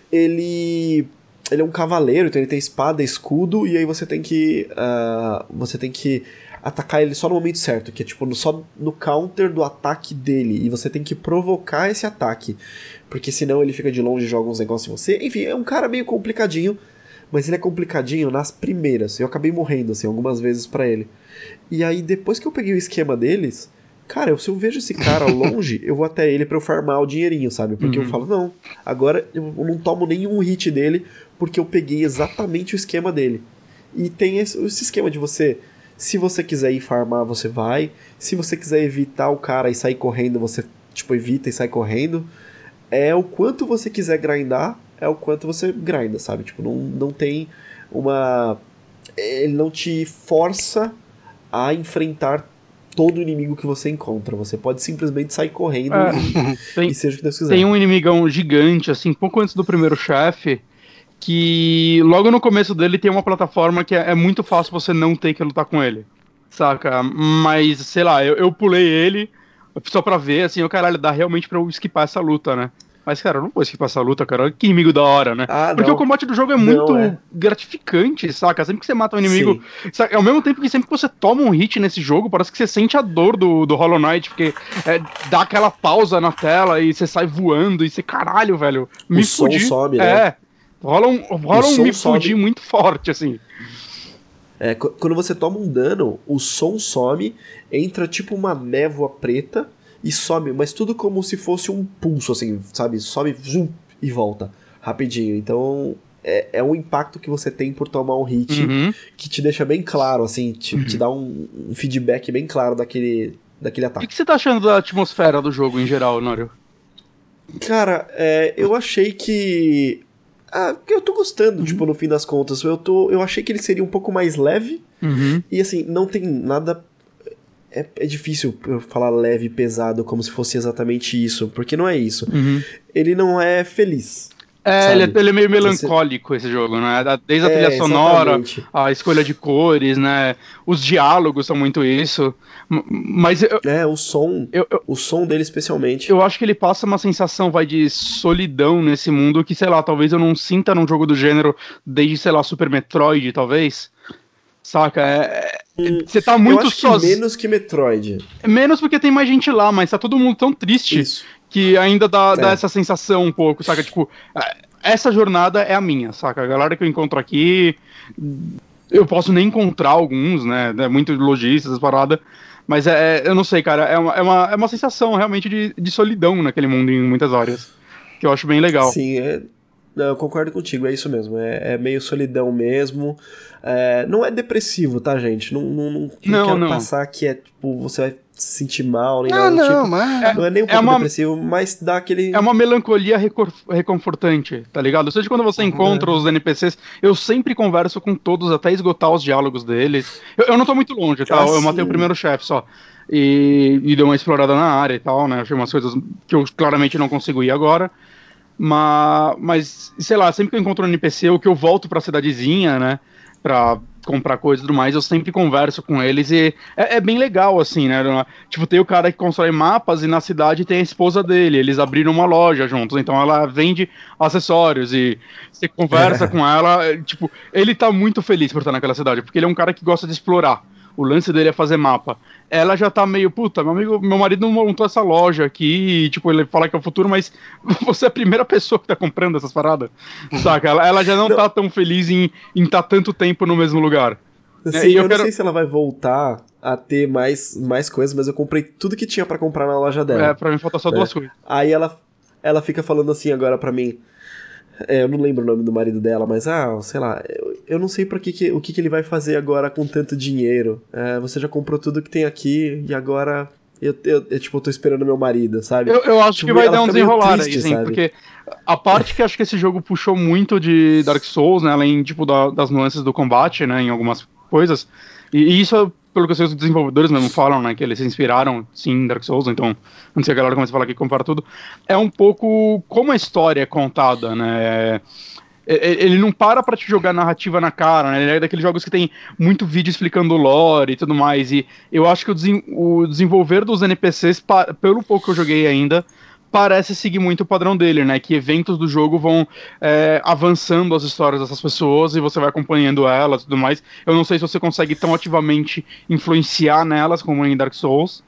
Speaker 3: Ele... Ele é um cavaleiro, então ele tem espada, escudo, e aí você tem que uh, você tem que atacar ele só no momento certo, que é tipo só no counter do ataque dele, e você tem que provocar esse ataque, porque senão ele fica de longe e joga uns negócios em você. Enfim, é um cara meio complicadinho, mas ele é complicadinho nas primeiras. Eu acabei morrendo assim algumas vezes pra ele. E aí depois que eu peguei o esquema deles, cara, eu, se eu vejo esse cara longe, eu vou até ele pra eu farmar o dinheirinho, sabe? Porque uhum. eu falo, não, agora eu não tomo nenhum hit dele, porque eu peguei exatamente o esquema dele. E tem esse, esse esquema de você, se você quiser ir farmar, você vai. Se você quiser evitar o cara e sair correndo, você tipo evita e sai correndo. É o quanto você quiser grindar, é o quanto você grinda, sabe? Tipo, não, não tem uma... Ele não te força a enfrentar todo inimigo que você encontra. Você pode simplesmente sair correndo é, e,
Speaker 2: tem,
Speaker 3: e seja o que Deus quiser.
Speaker 2: Tem um inimigão gigante, assim, pouco antes do primeiro chefe, que logo no começo dele tem uma plataforma que é, é muito fácil você não ter que lutar com ele, saca? Mas, sei lá, eu, eu pulei ele só pra ver, assim, o caralho, dá realmente pra eu esquipar essa luta, né? Mas, cara, eu não vou esquipar essa luta, cara. Que inimigo da hora, né?
Speaker 3: Ah,
Speaker 2: porque
Speaker 3: não.
Speaker 2: o combate do jogo é muito
Speaker 3: não, é.
Speaker 2: gratificante, saca? Sempre que você mata um inimigo... Saca? Ao mesmo tempo que sempre que você toma um hit nesse jogo, parece que você sente a dor do, do Hollow Knight, porque é, dá aquela pausa na tela e você sai voando e você, caralho, velho, me
Speaker 3: o
Speaker 2: fudi.
Speaker 3: Som some, né?
Speaker 2: É. Rola um, rola um me fudi muito forte, assim.
Speaker 3: É, quando você toma um dano, o som some, entra tipo uma névoa preta e some, mas tudo como se fosse um pulso, assim, sabe? Sobe zoom, e volta rapidinho. Então é, é um impacto que você tem por tomar um hit
Speaker 2: uhum.
Speaker 3: que te deixa bem claro, assim, te, uhum. te dá um, um feedback bem claro daquele, daquele ataque.
Speaker 2: O que, que você tá achando da atmosfera do jogo em geral, Nório?
Speaker 3: Cara, é, eu achei que... Ah, eu tô gostando, uhum. tipo, no fim das contas. Eu, tô, eu achei que ele seria um pouco mais leve.
Speaker 2: Uhum.
Speaker 3: E assim, não tem nada... É, é difícil eu falar leve e pesado como se fosse exatamente isso, porque não é isso.
Speaker 2: Uhum.
Speaker 3: Ele não é feliz.
Speaker 2: É, ele é, ele é meio melancólico, esse jogo, né? Desde a trilha é, sonora, a escolha de cores, né? Os diálogos são muito isso. Mas eu,
Speaker 3: é, o som.
Speaker 2: Eu, eu,
Speaker 3: o som dele especialmente.
Speaker 2: Eu acho que ele passa uma sensação, vai, de solidão nesse mundo que, sei lá, talvez eu não sinta num jogo do gênero desde, sei lá, Super Metroid, talvez. Saca? É, hum, você tá muito sozinho.
Speaker 3: Menos que Metroid.
Speaker 2: Menos porque tem mais gente lá, mas tá todo mundo tão triste. Isso. Que ainda dá, é. dá essa sensação um pouco, saca? Tipo, essa jornada é a minha, saca? A galera que eu encontro aqui, eu posso nem encontrar alguns, né? É muito lojistas, essa parada. Mas é, eu não sei, cara, é uma, é uma, é uma sensação realmente de, de solidão naquele mundo em muitas áreas. Que eu acho bem legal.
Speaker 3: Sim, é, eu concordo contigo, é isso mesmo. É, é meio solidão mesmo. É, não é depressivo, tá, gente? Não, não, não, não quero não. passar que é tipo, você vai se sentir mal, nem
Speaker 1: não,
Speaker 3: nada
Speaker 1: não,
Speaker 3: tipo.
Speaker 1: mas
Speaker 3: não é nem um pouco é uma, depressivo, mas dá aquele...
Speaker 2: É uma melancolia recor- reconfortante, tá ligado? Ou seja, quando você encontra uhum. os N P Cs, eu sempre converso com todos até esgotar os diálogos deles. Eu, eu não tô muito longe, tá? Ah, eu matei o primeiro chefe só. E, e dei uma explorada na área e tal, né? Achei umas coisas que eu claramente não consigo ir agora. Mas, mas sei lá, sempre que eu encontro um N P C, ou que eu volto pra cidadezinha, né? Pra comprar coisas e tudo mais, eu sempre converso com eles e é, é bem legal, assim, né? Tipo, tem o cara que constrói mapas e na cidade tem a esposa dele, eles abriram uma loja juntos, então ela vende acessórios e você conversa com ela, tipo, ele tá muito feliz por estar naquela cidade, porque ele é um cara que gosta de explorar. O lance dele é fazer mapa. Ela já tá meio, puta, meu amigo, meu marido montou essa loja aqui, e, tipo, ele fala que é o futuro, mas você é a primeira pessoa que tá comprando essas paradas, saca? Ela, ela já não, não tá tão feliz em estar tá tanto tempo no mesmo lugar.
Speaker 3: Sim, é, eu, eu não quero... sei se ela vai voltar a ter mais, mais coisas, mas eu comprei tudo que tinha pra comprar na loja dela.
Speaker 2: É, pra mim falta só né? duas coisas.
Speaker 3: Aí ela, ela fica falando assim agora pra mim, é, eu não lembro o nome do marido dela, mas, ah, sei lá, eu, eu não sei pra que que, o que, que ele vai fazer agora com tanto dinheiro. É, você já comprou tudo que tem aqui e agora eu, eu, eu tipo, eu tô esperando meu marido, sabe?
Speaker 2: Eu, eu acho
Speaker 3: tipo,
Speaker 2: que vai dar um desenrolar aí, sim, porque a parte que acho que esse jogo puxou muito de Dark Souls, né, além, tipo, da, das nuances do combate, né, em algumas coisas, e, e isso, pelo que eu sei, os desenvolvedores mesmo falam, né, que eles se inspiraram, sim, em Dark Souls, então, não sei, a galera começa a falar que compara tudo, é um pouco como a história é contada, né, ele não para pra te jogar narrativa na cara, né, ele é daqueles jogos que tem muito vídeo explicando o lore e tudo mais, e eu acho que o, desen- o desenvolver dos N P Cs, pa- pelo pouco que eu joguei ainda, parece seguir muito o padrão dele, né? Que eventos do jogo vão é, avançando as histórias dessas pessoas e você vai acompanhando elas e tudo mais. Eu não sei se você consegue tão ativamente influenciar nelas como em Dark Souls,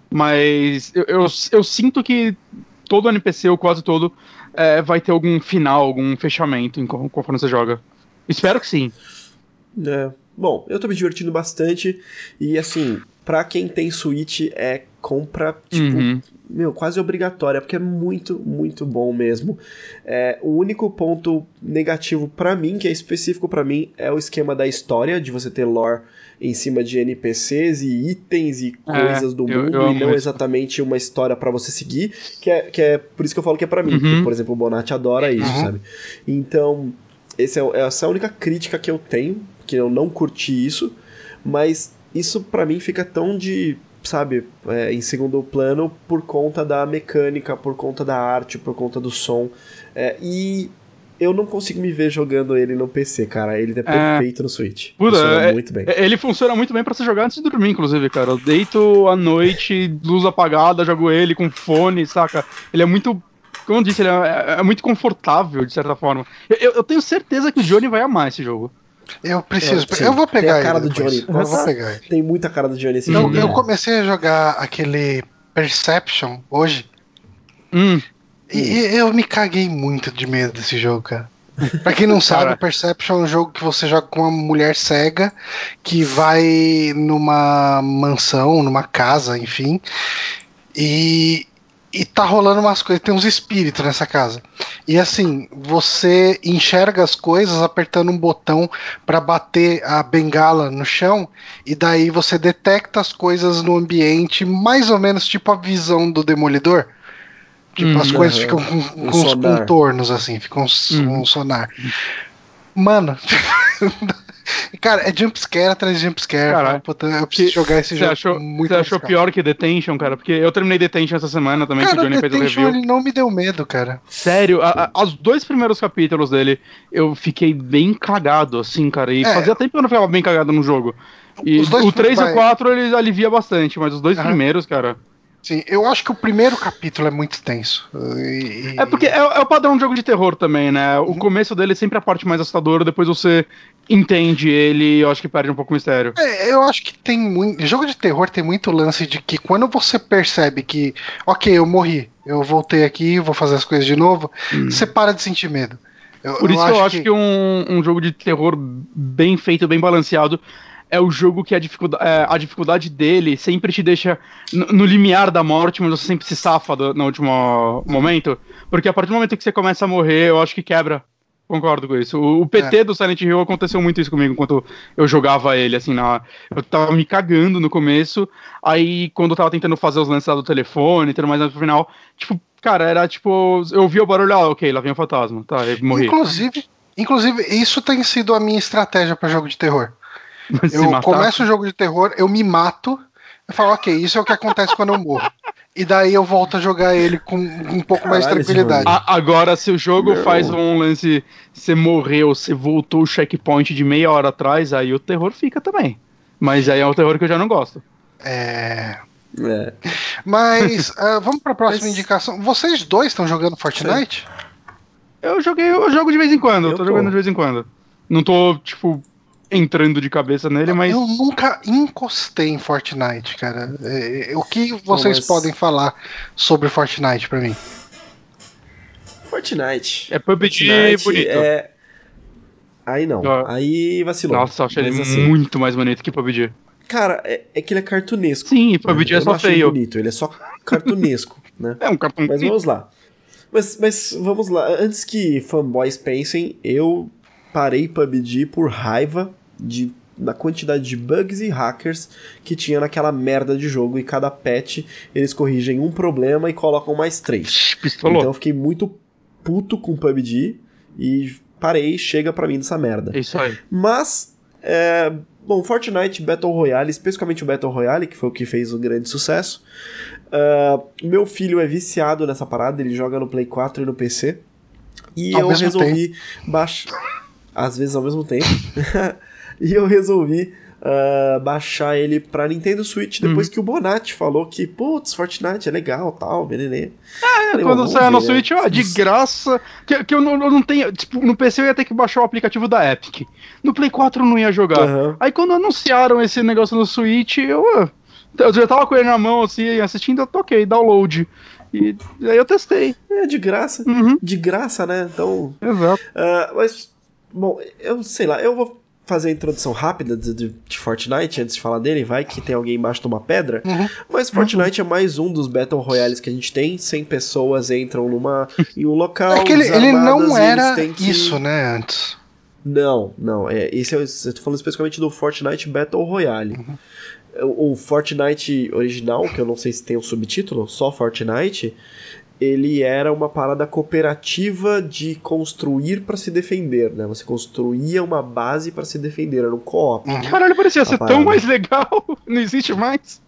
Speaker 2: mas eu, eu, eu sinto que todo N P C, ou quase todo, é, vai ter algum final, algum fechamento em, conforme você joga. Espero que sim.
Speaker 3: É. Bom, eu tô me divertindo bastante e, assim, pra quem tem Switch é compra, tipo, uhum. meu, quase obrigatória, porque é muito, muito bom mesmo. É, o único ponto negativo pra mim, que é específico pra mim, é o esquema da história, de você ter lore em cima de N P Cs e itens e coisas é, do
Speaker 2: eu,
Speaker 3: mundo,
Speaker 2: eu
Speaker 3: e não
Speaker 2: isso.
Speaker 3: exatamente uma história pra você seguir, que é, que é por isso que eu falo que é pra mim, uhum. porque, por exemplo, o Bonatti adora isso, uhum. sabe? Então, esse é, essa é a única crítica que eu tenho, que eu não curti isso, mas isso pra mim fica tão de, sabe, é, em segundo plano por conta da mecânica, por conta da arte, por conta do som, é, e eu não consigo me ver jogando ele no P C, cara, ele é perfeito é, no Switch,
Speaker 2: puta,
Speaker 3: funciona
Speaker 2: é,
Speaker 3: muito bem.
Speaker 2: Ele funciona muito bem pra você jogar antes de dormir, inclusive, cara, eu deito à noite, luz apagada, jogo ele com fone, saca, ele é muito... Como eu disse, ele é, é muito confortável, de certa forma. Eu, eu tenho certeza que o Johnny vai amar esse jogo.
Speaker 1: Eu preciso. É, eu vou pegar
Speaker 3: tem a cara
Speaker 1: ele
Speaker 3: do Johnny.
Speaker 1: Eu vou pegar ele.
Speaker 3: Tem muita cara do Johnny esse
Speaker 1: eu,
Speaker 3: jogo.
Speaker 1: Eu comecei a jogar aquele Perception hoje.
Speaker 2: Hum.
Speaker 1: E hum. eu me caguei muito de medo desse jogo, cara. Pra quem não sabe, o Perception é um jogo que você joga com uma mulher cega que vai numa mansão, numa casa, enfim. E. E tá rolando umas coisas, tem uns espíritos nessa casa. E assim, você enxerga as coisas apertando um botão pra bater a bengala no chão, e daí você detecta as coisas no ambiente, mais ou menos tipo a visão do Demolidor. Tipo, hum, as coisas uhum. ficam com, com um uns contornos, assim, ficam uhum. um sonar. Mano, Cara, é jumpscare atrás de jumpscare. Cara, puta, eu preciso jogar esse
Speaker 2: você
Speaker 1: jogo.
Speaker 2: Achou,
Speaker 1: muito
Speaker 2: você achou pior que Detention, cara? Porque eu terminei Detention essa semana também,
Speaker 1: cara,
Speaker 2: que o Johnny fez o review.
Speaker 1: Ele não me deu medo, cara.
Speaker 2: Sério, a, a, os dois primeiros capítulos dele, eu fiquei bem cagado, assim, cara. E é, fazia tempo que eu não ficava bem cagado no jogo. E o três vai... e o quatro ele alivia bastante, mas os dois uhum. primeiros, cara...
Speaker 1: Sim, eu acho que o primeiro capítulo é muito tenso. E...
Speaker 2: É porque é, é o padrão de jogo de terror também, né? O uhum. começo dele é sempre a parte mais assustadora, depois você entende ele e eu acho que perde um pouco o mistério.
Speaker 1: É, eu acho que tem muito... Jogo de terror tem muito lance de que quando você percebe que, ok, eu morri, eu voltei aqui, vou fazer as coisas de novo, hum. você para de sentir medo. Eu,
Speaker 2: Por isso
Speaker 1: eu
Speaker 2: que eu
Speaker 1: acho
Speaker 2: acho que, que um, um jogo de terror bem feito, bem balanceado, é o jogo que a dificuldade, é, a dificuldade dele sempre te deixa no, no limiar da morte, mas você sempre se safa do, no último momento. Porque a partir do momento que você começa a morrer, eu acho que quebra. Concordo com isso. O, o P T é. do Silent Hill aconteceu muito isso comigo enquanto eu jogava ele, assim, na, eu tava me cagando no começo, aí quando eu tava tentando fazer os lances lá do telefone e tudo mais no final, tipo, cara, era tipo, eu ouvia o barulho, ah, ok, lá vem o fantasma, tá, eu morri.
Speaker 1: Inclusive, inclusive isso tem sido a minha estratégia pra jogo de terror. Eu começo o jogo de terror, eu me mato, eu falo, ok, isso é o que acontece quando eu morro. E daí eu volto a jogar ele com um pouco Caralho, mais de tranquilidade.
Speaker 2: A, agora, se o jogo Não. faz um lance, você morreu, você voltou o checkpoint de meia hora atrás, aí o terror fica também. Mas aí é o terror que eu já não gosto.
Speaker 1: É... é. Mas, uh, vamos pra próxima Mas... indicação. Vocês dois estão jogando Fortnite?
Speaker 2: Eu joguei, eu jogo de vez em quando, eu, eu tô, tô jogando de vez em quando. Não tô, tipo... entrando de cabeça nele, mas...
Speaker 1: Eu nunca encostei em Fortnite, cara. É, o que vocês mas... podem falar sobre Fortnite pra mim?
Speaker 3: Fortnite.
Speaker 2: É P U B G bonito.
Speaker 3: É... Aí não. Ah. Aí vacilou.
Speaker 2: Nossa, eu achei ele assim... muito mais bonito que P U B G.
Speaker 3: Cara, é, é que ele é cartunesco.
Speaker 2: Sim, P U B G
Speaker 3: né?
Speaker 2: é só feio.
Speaker 3: Bonito, ele é só cartunesco, né?
Speaker 2: É um cartun.
Speaker 3: Mas vamos lá. Mas, mas vamos lá. Antes que fanboys pensem, eu... parei P U B G por raiva de, da quantidade de bugs e hackers que tinha naquela merda de jogo, e cada patch eles corrigem um problema e colocam mais três.
Speaker 2: Pistolou.
Speaker 3: Então eu fiquei muito puto com P U B G e parei, chega pra mim dessa merda.
Speaker 2: É isso aí.
Speaker 3: Mas, é, bom, Fortnite Battle Royale, especificamente o Battle Royale, que foi o que fez o grande sucesso. Uh, meu filho é viciado nessa parada, ele joga no Play quatro e no P C. E
Speaker 1: ao
Speaker 3: eu resolvi baixar... Às vezes ao mesmo tempo. E eu resolvi uh, baixar ele pra Nintendo Switch depois uhum. que o Bonatti falou que, putz, Fortnite é legal, tal, beleza.
Speaker 2: Ah, é, quando sair no Switch, ó, de graça. Que, que eu, não, eu não tenho. Tipo, no P C eu ia ter que baixar o aplicativo da Epic. No Play quatro eu não ia jogar. Uhum. Aí quando anunciaram esse negócio no Switch, eu, eu já tava com ele na mão, assim, assistindo, eu toquei, download. E aí eu testei.
Speaker 3: É, de graça.
Speaker 2: Uhum.
Speaker 3: De graça, né? Então.
Speaker 2: Exato.
Speaker 3: Uh, mas. Bom, eu sei lá, eu vou fazer a introdução rápida de, de, de Fortnite antes de falar dele, vai que tem alguém embaixo de uma pedra,
Speaker 1: uhum.
Speaker 3: mas Fortnite uhum. é mais um dos Battle Royales que a gente tem, cem pessoas entram numa, em um local,
Speaker 1: é que ele, ele não era que... isso, né, antes.
Speaker 3: Não, não, é, esse é, eu tô falando especificamente do Fortnite Battle Royale. Uhum. O, o Fortnite original, que eu não sei se tem um subtítulo, só Fortnite... ele era uma parada cooperativa de construir pra se defender, né? Você construía uma base pra se defender, era um co-op.
Speaker 2: Caralho, parecia ser parada. Tão mais legal, não existe mais.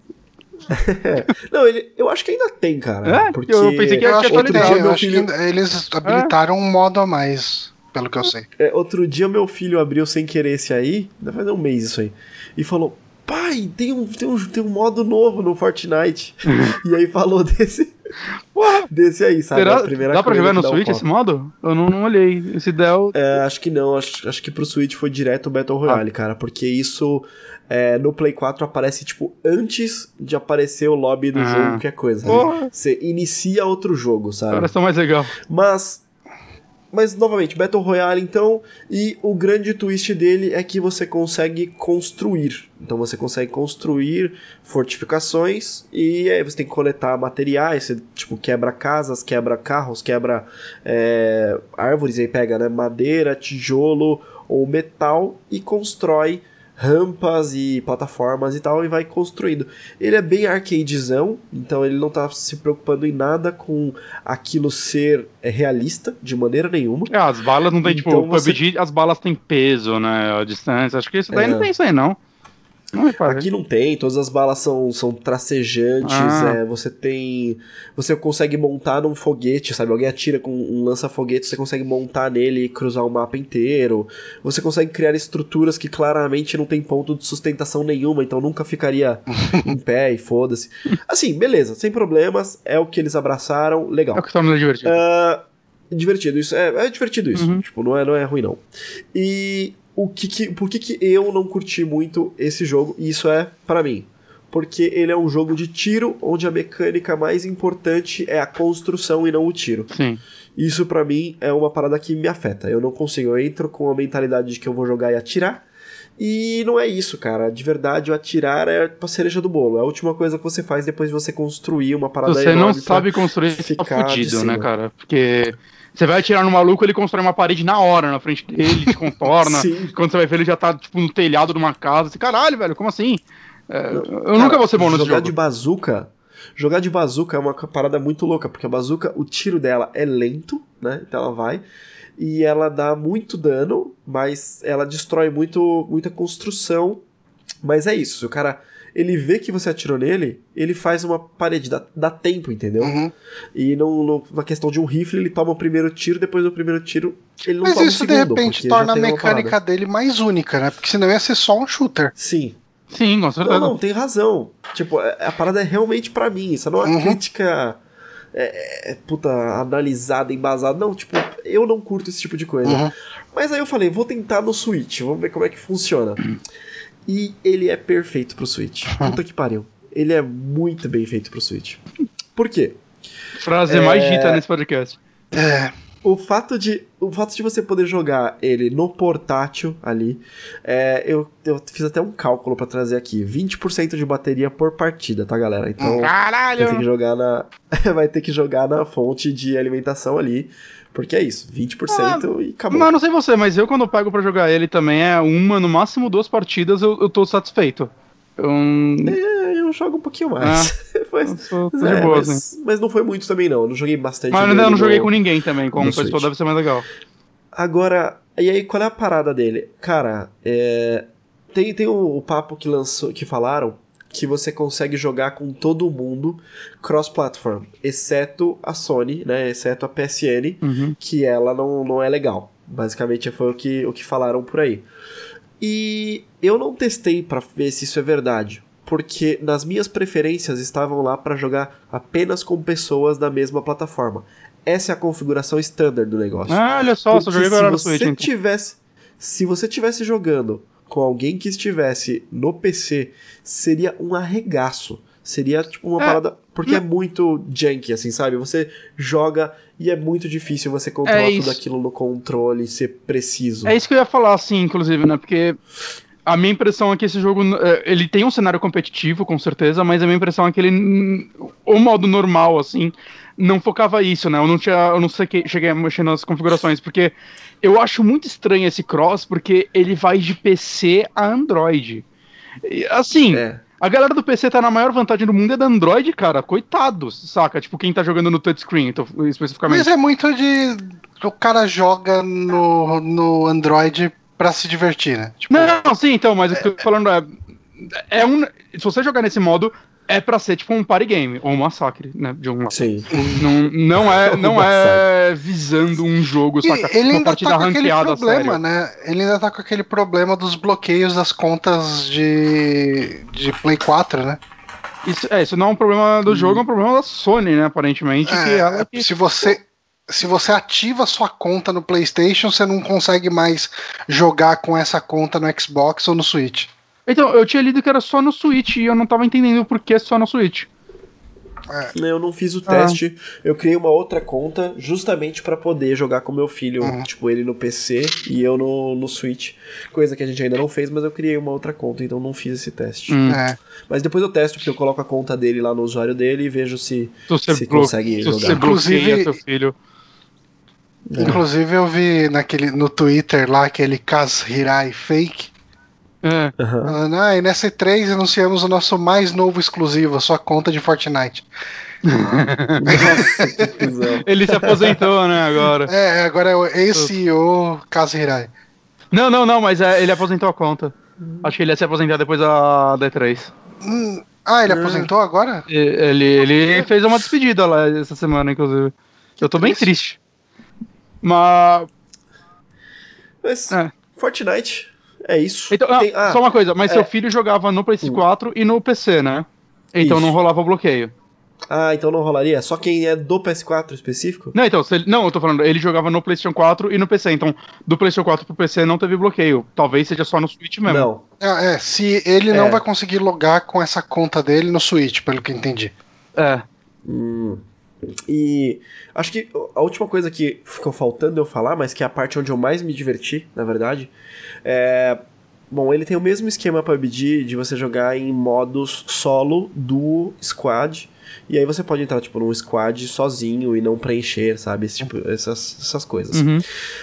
Speaker 3: Não, ele, eu acho que ainda tem, cara.
Speaker 2: É?
Speaker 3: Porque
Speaker 2: eu pensei que ia
Speaker 1: outro dia, eu acho filho... que eles habilitaram é? um modo a mais, pelo que eu sei.
Speaker 3: É, outro dia meu filho abriu sem querer esse aí, vai fazer um mês isso aí, e falou... Pai, tem um, tem, um, tem um modo novo no Fortnite. E aí falou desse.
Speaker 2: Porra,
Speaker 3: desse aí, sabe?
Speaker 2: Será,
Speaker 3: a primeira
Speaker 2: dá pra jogar no Switch um esse modo? Eu não, não olhei. Esse Dell.
Speaker 3: É, acho que não. Acho, acho que pro Switch foi direto o Battle Royale, ah. cara. Porque isso é, no Play quatro aparece, tipo, antes de aparecer o lobby do ah. jogo, que é coisa. Né? Você inicia outro jogo, sabe?
Speaker 2: Parece tão mais legal.
Speaker 3: Mas. Mas, novamente, Battle Royale, então, e o grande twist dele é que você consegue construir. Então você consegue construir fortificações e aí você tem que coletar materiais, você, tipo, quebra casas, quebra carros, quebra é, árvores, aí pega, né, madeira, tijolo ou metal e constrói rampas e plataformas e tal, e vai construindo. Ele é bem arcadezão, então ele não tá se preocupando em nada com aquilo ser realista, de maneira nenhuma.
Speaker 2: É, as balas não tem, então, tipo, o você... P U B G, as balas têm peso, né, a distância, acho que isso daí é. não tem isso aí, não. Não é
Speaker 3: Aqui não tem, todas as balas são, são tracejantes, ah. é, você tem. Você consegue montar num foguete, sabe? Alguém atira com um lança-foguete, você consegue montar nele e cruzar o mapa inteiro. Você consegue criar estruturas que claramente não tem ponto de sustentação nenhuma, então nunca ficaria em pé e foda-se. Assim, beleza, sem problemas, é o que eles abraçaram, legal.
Speaker 2: É o que torna divertido.
Speaker 3: Uh, divertido, isso. É, é divertido isso. Uhum. Tipo, não é, não é ruim, não. E. O que que, por que, que eu não curti muito esse jogo? E isso é pra mim. Porque ele é um jogo de tiro, onde a mecânica mais importante é a construção e não o tiro.
Speaker 2: Sim.
Speaker 3: Isso pra mim é uma parada que me afeta. Eu não consigo, eu entro com a mentalidade de que eu vou jogar e atirar. E não é isso, cara. De verdade, o atirar é a cereja do bolo. É a última coisa que você faz depois de você construir uma parada
Speaker 2: você enorme. Você não sabe construir, você tá fudido, né, cara? Porque... Você vai atirar no maluco, ele constrói uma parede na hora na frente dele, te contorna. Quando você vai ver, ele já tá tipo no telhado de uma casa. Você, caralho, velho, como assim? É, eu cara, nunca vou ser bom nesse jogo.
Speaker 3: Jogar de bazuca, jogar de bazuca é uma parada muito louca, porque a bazuca, o tiro dela é lento, né? Então ela vai e ela dá muito dano, mas ela destrói muito, muita construção. Mas é isso, se o cara... ele vê que você atirou nele, ele faz uma parede, dá, dá tempo, entendeu?
Speaker 1: Uhum.
Speaker 3: E não, não, na questão de um rifle, ele toma o primeiro tiro, depois do primeiro tiro, ele não Mas toma o segundo.
Speaker 1: Mas isso, de repente, torna a mecânica dele mais única, né? Porque senão ia ser só um shooter.
Speaker 3: Sim.
Speaker 2: Sim, com certeza.
Speaker 3: Não, não, tem razão. Tipo, a parada é realmente pra mim, isso não é uma uhum. crítica... É, é, puta, analisada, embasada. Não, tipo, eu não curto esse tipo de coisa.
Speaker 1: Uhum.
Speaker 3: Mas aí eu falei, vou tentar no Switch, vamos ver como é que funciona. E ele é perfeito pro Switch. Puta que pariu. Ele é muito bem feito pro Switch. Por quê?
Speaker 2: Frase é... mais dita nesse podcast.
Speaker 3: É. O fato, de, o fato de você poder jogar ele no portátil ali, é, eu, eu fiz até um cálculo pra trazer aqui. vinte por cento de bateria por partida, tá, galera? Então
Speaker 2: Caralho!
Speaker 3: vai ter que jogar na, vai ter que jogar na fonte de alimentação ali. Porque é isso, vinte por cento ah, e acabou.
Speaker 2: Mas não sei você, mas eu quando eu pego pra jogar ele também é uma, no máximo duas partidas, eu, eu tô satisfeito. Eu...
Speaker 3: É, eu jogo um pouquinho mais.
Speaker 2: Ah, mas, eu sou, tô é, de boa,
Speaker 3: mas,
Speaker 2: assim.
Speaker 3: mas não foi muito também não, eu não joguei bastante.
Speaker 2: Mas ainda não joguei no, com ninguém também, como o pessoal deve ser mais legal.
Speaker 3: Agora, e aí qual é a parada dele? Cara, é, tem, tem o, o papo que, lançou, que falaram que você consegue jogar com todo mundo cross-platform, exceto a Sony, né, exceto a P S N,
Speaker 2: uhum.
Speaker 3: que ela não, não é legal. Basicamente foi o que, o que falaram por aí. E eu não testei pra ver se isso é verdade, porque nas minhas preferências estavam lá pra jogar apenas com pessoas da mesma plataforma. Essa é a configuração standard do negócio.
Speaker 2: Ah, olha só, porque só joguei agora no Switch.
Speaker 3: Se tivesse, se você tivesse jogando com alguém que estivesse no P C, seria um arregaço. Seria tipo uma é, parada... Porque não. é muito janky, assim, sabe? Você joga e é muito difícil você controlar é tudo aquilo no controle, ser preciso.
Speaker 2: É isso que eu ia falar, assim, inclusive, né? Porque a minha impressão é que esse jogo... Ele tem um cenário competitivo, com certeza, mas a minha impressão é que ele... O modo normal, assim, não focava isso, né? Eu não, tinha, eu não sei que, cheguei a mexer nas configurações, porque eu acho muito estranho esse cross, porque ele vai de P C a Android. E, assim... É. A galera do P C tá na maior vantagem do mundo é da Android, cara. Coitado, saca? Tipo, quem tá jogando no touchscreen, então, especificamente.
Speaker 1: Mas é muito de... O cara joga no, no Android pra se divertir, né?
Speaker 2: Tipo... Não, não, sim, então, mas é... o que eu tô falando é... é um... Se você jogar nesse modo, é pra ser tipo um party game, ou um massacre, né? De um...
Speaker 3: Sim.
Speaker 2: Não, não é, não é visando um jogo, saca?
Speaker 1: Ele ainda tá com aquele problema, né? Ele ainda tá com aquele problema dos bloqueios das contas de, de Play quatro, né?
Speaker 2: Isso, é, isso não é um problema do hum. jogo, é um problema da Sony, né? Aparentemente.
Speaker 1: É,
Speaker 2: que ela que...
Speaker 1: Se você... Se você ativa sua conta no PlayStation, você não consegue mais jogar com essa conta no Xbox ou no Switch.
Speaker 2: Então, eu tinha lido que era só no Switch e eu não tava entendendo por que só no Switch.
Speaker 3: É. Eu não fiz o teste, ah. eu criei uma outra conta justamente pra poder jogar com meu filho, uhum. tipo, ele no P C e eu no, no Switch, coisa que a gente ainda não fez, mas eu criei uma outra conta, então não fiz esse teste.
Speaker 2: Hum.
Speaker 1: É.
Speaker 3: Mas depois eu testo, porque eu coloco a conta dele lá no usuário dele e vejo se, se, se
Speaker 2: blo-
Speaker 3: consegue
Speaker 2: se
Speaker 3: jogar.
Speaker 2: Você bloqueia seu filho.
Speaker 1: É. Inclusive eu vi naquele, no Twitter lá aquele Kaz Hirai fake.
Speaker 2: É.
Speaker 1: Uhum. Ah, e nessa E três anunciamos o nosso mais novo exclusivo, a sua conta de Fortnite.
Speaker 3: Nossa, que cuzão.
Speaker 2: Ele se aposentou, né, agora.
Speaker 1: É, agora é o ex-C E O Kazu Hirai.
Speaker 2: Não, não, não, mas é, ele aposentou a conta. Acho que ele ia se aposentar depois da D três.
Speaker 1: Hum, ah, ele
Speaker 3: Não.
Speaker 1: aposentou agora?
Speaker 2: Ele, ele fez uma despedida lá essa semana, inclusive. Eu tô bem triste. Mas.
Speaker 3: Mas,
Speaker 2: É.
Speaker 3: Fortnite, é isso.
Speaker 2: Então, ah,
Speaker 3: Tem- ah,
Speaker 2: só uma coisa, mas
Speaker 3: é.
Speaker 2: seu filho jogava no PlayStation quatro e no P C, né? Então
Speaker 3: Isso.
Speaker 2: não rolava o bloqueio.
Speaker 3: Ah, então não rolaria? Só quem é do P S quatro específico?
Speaker 2: Não, então, se ele, não, eu tô falando, ele jogava no PlayStation quatro e no P C, então do PlayStation quatro pro P C não teve bloqueio. Talvez seja só no Switch mesmo.
Speaker 3: Não.
Speaker 1: Ah, é, se ele não
Speaker 3: É.
Speaker 1: vai conseguir logar com essa conta dele no Switch, pelo que eu entendi.
Speaker 2: É.
Speaker 3: Hum. E acho que a última coisa que ficou faltando eu falar, mas que é a parte onde eu mais me diverti, na verdade, é... Bom, ele tem o mesmo esquema P U B G de você jogar em modos solo, duo, squad, e aí você pode entrar, tipo, num squad sozinho e não preencher, sabe? Esse tipo, essas, essas coisas.
Speaker 2: Uhum.